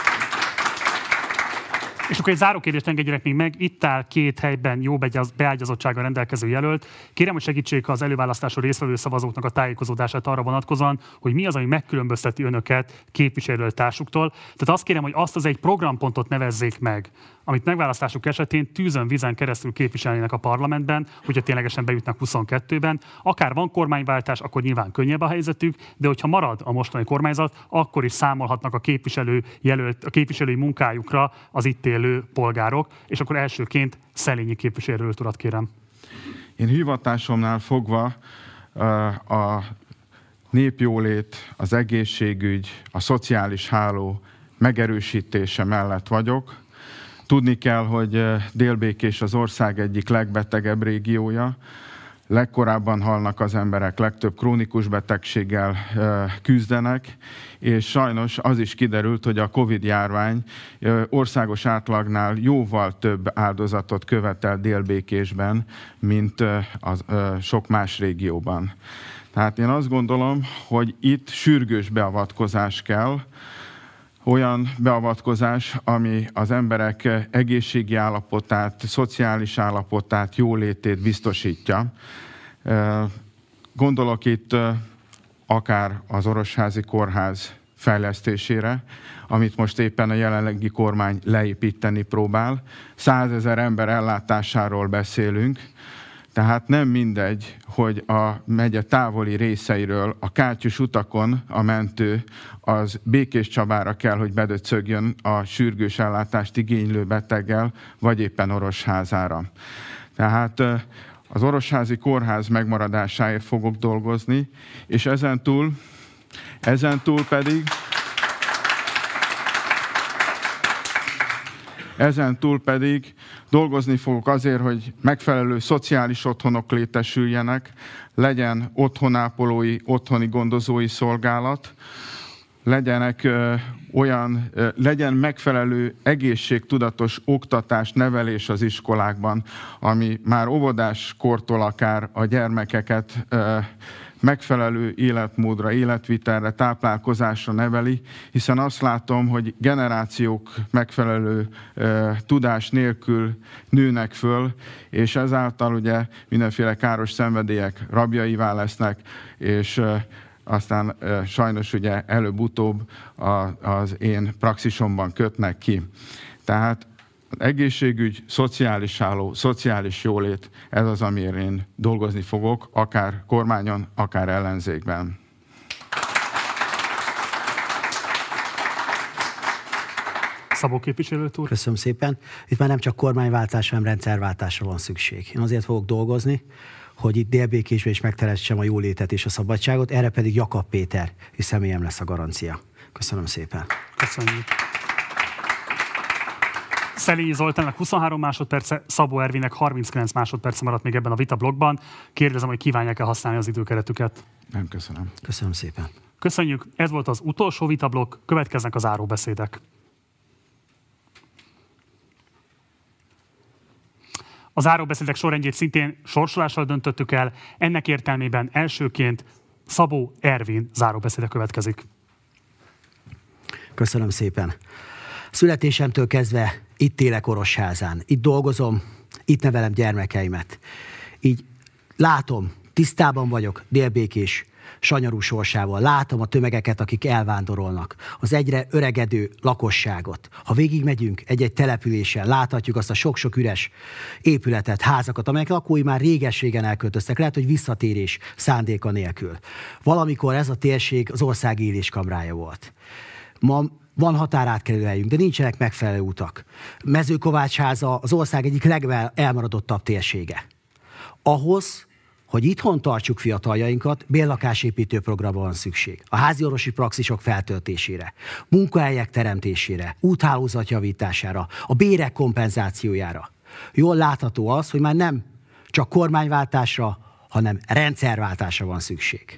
És akkor egy záró kérdést engedjenek még meg. Itt áll két helyben jó beágyazottsággal rendelkező jelölt. Kérem, hogy segítsék az előválasztáson résztvevő szavazóknak a tájékozódását arra vonatkozóan, hogy mi az, ami megkülönbözteti önöket képviselőtársuktól. Tehát azt kérem, hogy azt az egy programpontot nevezzék meg, amit megválasztásuk esetén tűzön, vízen keresztül képviselnének a parlamentben, hogyha ténylegesen bejutnak huszonkettőben. Akár van kormányváltás, akkor nyilván könnyebb a helyzetük, de hogyha marad a mostani kormányzat, akkor is számolhatnak a képviselő jelölt, a képviselői munkájukra az itt élő polgárok, és akkor elsőként Szelényi képviselőt urat kérem. Én hivatásomnál fogva a népjólét, az egészségügy, a szociális háló megerősítése mellett vagyok. Tudni kell, hogy Dél-Békés az ország egyik legbetegebb régiója. Legkorábban halnak az emberek, legtöbb krónikus betegséggel küzdenek, és sajnos az is kiderült, hogy a Covid-járvány országos átlagnál jóval több áldozatot követel Dél-Békésben, mint a sok más régióban. Tehát én azt gondolom, hogy itt sürgős beavatkozás kell, olyan beavatkozás, ami az emberek egészségi állapotát, szociális állapotát, jólétét biztosítja. Gondolok itt akár az Orosházi Kórház fejlesztésére, amit most éppen a jelenlegi kormány leépíteni próbál. Százezer ember ellátásáról beszélünk, tehát nem mindegy, hogy a megye távoli részeiről a kátyus utakon a mentő az Békéscsabára kell, hogy bedöcögjön a sürgős ellátást igénylő beteggel, vagy éppen Orosházára. Tehát az Orosházi Kórház megmaradásáért fogok dolgozni, és ezentúl, ezentúl pedig Ezen túl pedig dolgozni fogok azért, hogy megfelelő szociális otthonok létesüljenek, legyen otthonápolói, otthoni gondozói szolgálat, legyenek ö, olyan, ö, legyen megfelelő egészségtudatos oktatás, nevelés az iskolákban, ami már óvodáskortól akár a gyermekeket ö, megfelelő életmódra, életvitelre, táplálkozásra neveli, hiszen azt látom, hogy generációk megfelelő ö, tudás nélkül nőnek föl, és ezáltal ugye mindenféle káros szenvedélyek rabjaivá lesznek, és ö, aztán ö, sajnos ugye előbb-utóbb a, az én praxisomban kötnek ki. Tehát egészségügy, szociális háló, szociális jólét, ez az, amiért én dolgozni fogok, akár kormányon, akár ellenzékben. Szabó képviselőt úr. Köszönöm szépen. Itt már nem csak kormányváltásra, hanem rendszerváltásra van szükség. Én azért fogok dolgozni, hogy itt délbékésben is megteremtsem a jólétet és a szabadságot, erre pedig Jakab Péter és személyem lesz a garancia. Köszönöm szépen. Köszönjük. Szelényi Zoltánnak huszonhárom másodperce, Szabó Ervinnek harminckilenc másodperce maradt még ebben a vitablogban. Kérdezem, hogy kívánják-e használni az időkeretüket? Nem, köszönöm. Köszönöm szépen. Köszönjük. Ez volt az utolsó vitablog, következnek a záróbeszédek. A záróbeszédek sorrendjét szintén sorsolással döntöttük el, ennek értelmében elsőként Szabó Ervin záróbeszéde következik. Köszönöm szépen. Születésemtől kezdve itt élek Orosházán, itt dolgozom, itt nevelem gyermekeimet. Így látom, tisztában vagyok Délbékés sanyarú sorsával. Látom a tömegeket, akik elvándorolnak, az egyre öregedő lakosságot. Ha végigmegyünk egy-egy településen, láthatjuk azt a sok-sok üres épületet, házakat, amelyek lakói már réges-régen elköltöztek, lehet, hogy visszatérés szándéka nélkül. Valamikor ez a térség az ország éléskamrája volt. Ma van határátkelő helyünk, de nincsenek megfelelő utak. Mezőkovácsháza az ország egyik legelmaradottabb térsége. Ahhoz, hogy itthon tartsuk fiataljainkat, bérlakásépítő programra van szükség. A háziorvosi praxisok feltöltésére, munkahelyek teremtésére, úthálózat javítására, a bérek kompenzációjára. Jól látható az, hogy már nem csak kormányváltásra, hanem rendszerváltásra van szükség.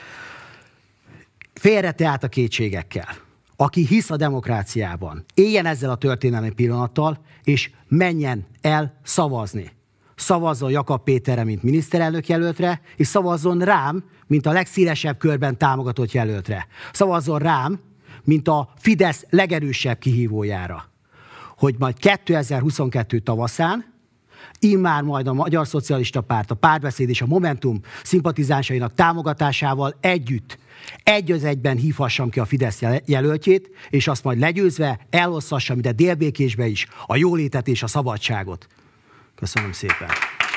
Félre tehát a kétségekkel. Aki hisz a demokráciában, éljen ezzel a történelmi pillanattal, és menjen el szavazni. Szavazzon Jakab Péterre, mint miniszterelnök jelöltre, és szavazzon rám, mint a legszélesebb körben támogatott jelöltre. Szavazzon rám, mint a Fidesz legerősebb kihívójára. Hogy majd kétezer-huszonkettő tavaszán, immár majd a Magyar Szocialista Párt, a Párbeszéd és a Momentum szimpatizánsainak támogatásával együtt egy az egyben hívhassam ki a Fidesz jelöltjét, és azt majd legyőzve elhozhassam ide Délbékésbe is a jólétet és a szabadságot. Köszönöm szépen.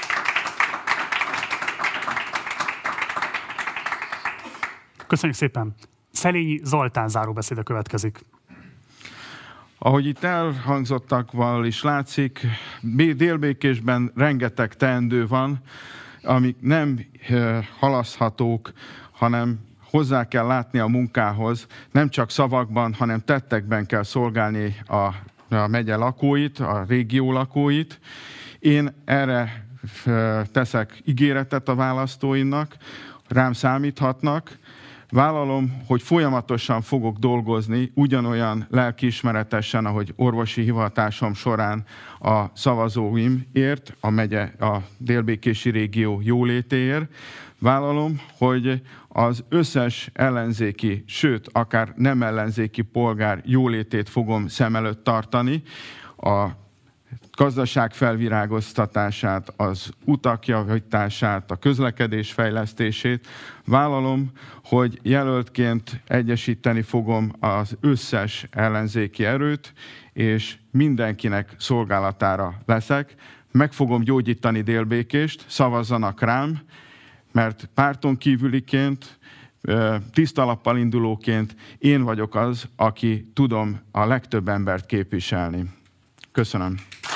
Köszönjük szépen. Szelényi Zoltán záróbeszéde következik. Ahogy itt elhangzottakval is látszik, Délbékésben rengeteg teendő van, amik nem halaszthatók, hanem hozzá kell látni a munkához, nem csak szavakban, hanem tettekben kell szolgálni a, a megye lakóit, a régió lakóit. Én erre teszek ígéretet a választóinak, rám számíthatnak. Vállalom, hogy folyamatosan fogok dolgozni, ugyanolyan lelkiismeretesen, ahogy orvosi hivatásom során a szavazóimért, a megye, a délbékési régió jólétéért. Vállalom, hogy az összes ellenzéki, sőt, akár nem ellenzéki polgár jólétét fogom szem előtt tartani, a gazdaság felvirágoztatását, az utak javítását, a közlekedés fejlesztését. Vállalom, hogy jelöltként egyesíteni fogom az összes ellenzéki erőt, és mindenkinek szolgálatára leszek. Meg fogom gyógyítani Délbékést, szavazzanak rám, mert párton kívüliként, tiszta lappal indulóként én vagyok az, aki tudom a legtöbb embert képviselni. Köszönöm.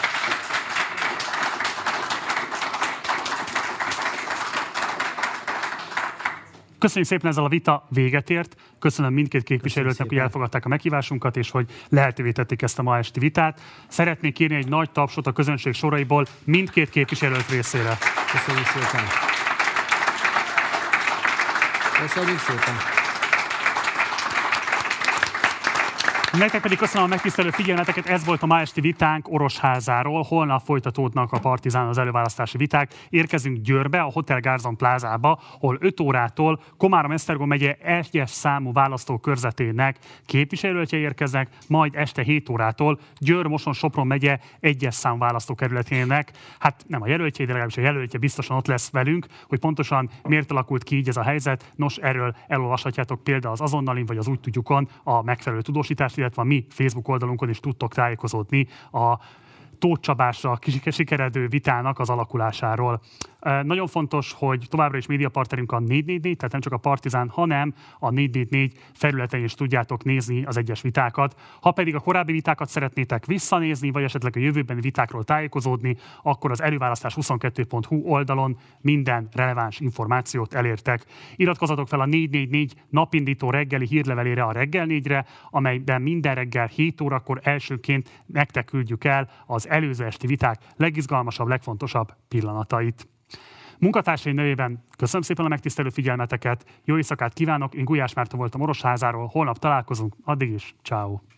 Köszönjük szépen, ezzel a vita véget ért. Köszönöm mindkét képviselőnek, hogy elfogadták a meghívásunkat, és hogy lehetővé tették ezt a ma esti vitát. Szeretnék kérni egy nagy tapsot a közönség soraiból mindkét képviselők részére. Köszönjük szépen. Köszönjük szépen. Nektek pedig köszönöm a megtisztelő figyelmeteket, ez volt a ma esti vitánk Orosházáról. Holnap folytatódnak a Partizán az előválasztási viták. Érkezünk Győrbe, a Hotel Garzon plázába, ahol öt órától Komárom-Esztergom megye egyes számú választókörzetének képviselőjelöltjei érkeznek, majd este hét órától Győr-Moson-Sopron megye egyes számú választókerületének, hát nem a jelöltjei, de legalábbis a jelöltje biztosan ott lesz velünk, hogy pontosan miért alakult ki így ez a helyzet. Nos, erről elolvashatjátok például az Azonnalin vagy az Úgy Tudjukon a megfelelő tudósítást, illetve a mi Facebook oldalunkon is tudtok tájékozódni a Tóth Csabásra sikeredő vitának az alakulásáról. Nagyon fontos, hogy továbbra is médiapartnerünk a négy négy négy, tehát nem csak a Partizán, hanem a négy négy négy felületein is tudjátok nézni az egyes vitákat. Ha pedig a korábbi vitákat szeretnétek visszanézni, vagy esetleg a jövőbeni vitákról tájékozódni, akkor az előválasztás huszonkettő pont hu oldalon minden releváns információt elértek. Iratkozzatok fel a négy négy négy napindító reggeli hírlevelére, a Reggel négyre, amelyben minden reggel hét órakor elsőként nektek küldjük el az előző esti viták legizgalmasabb, legfontosabb pillanatait. Munkatársaim nevében köszönöm szépen a megtisztelő figyelmeteket, jó éjszakát kívánok, én Gulyás Márton voltam Orosházáról, holnap találkozunk, addig is, ciao.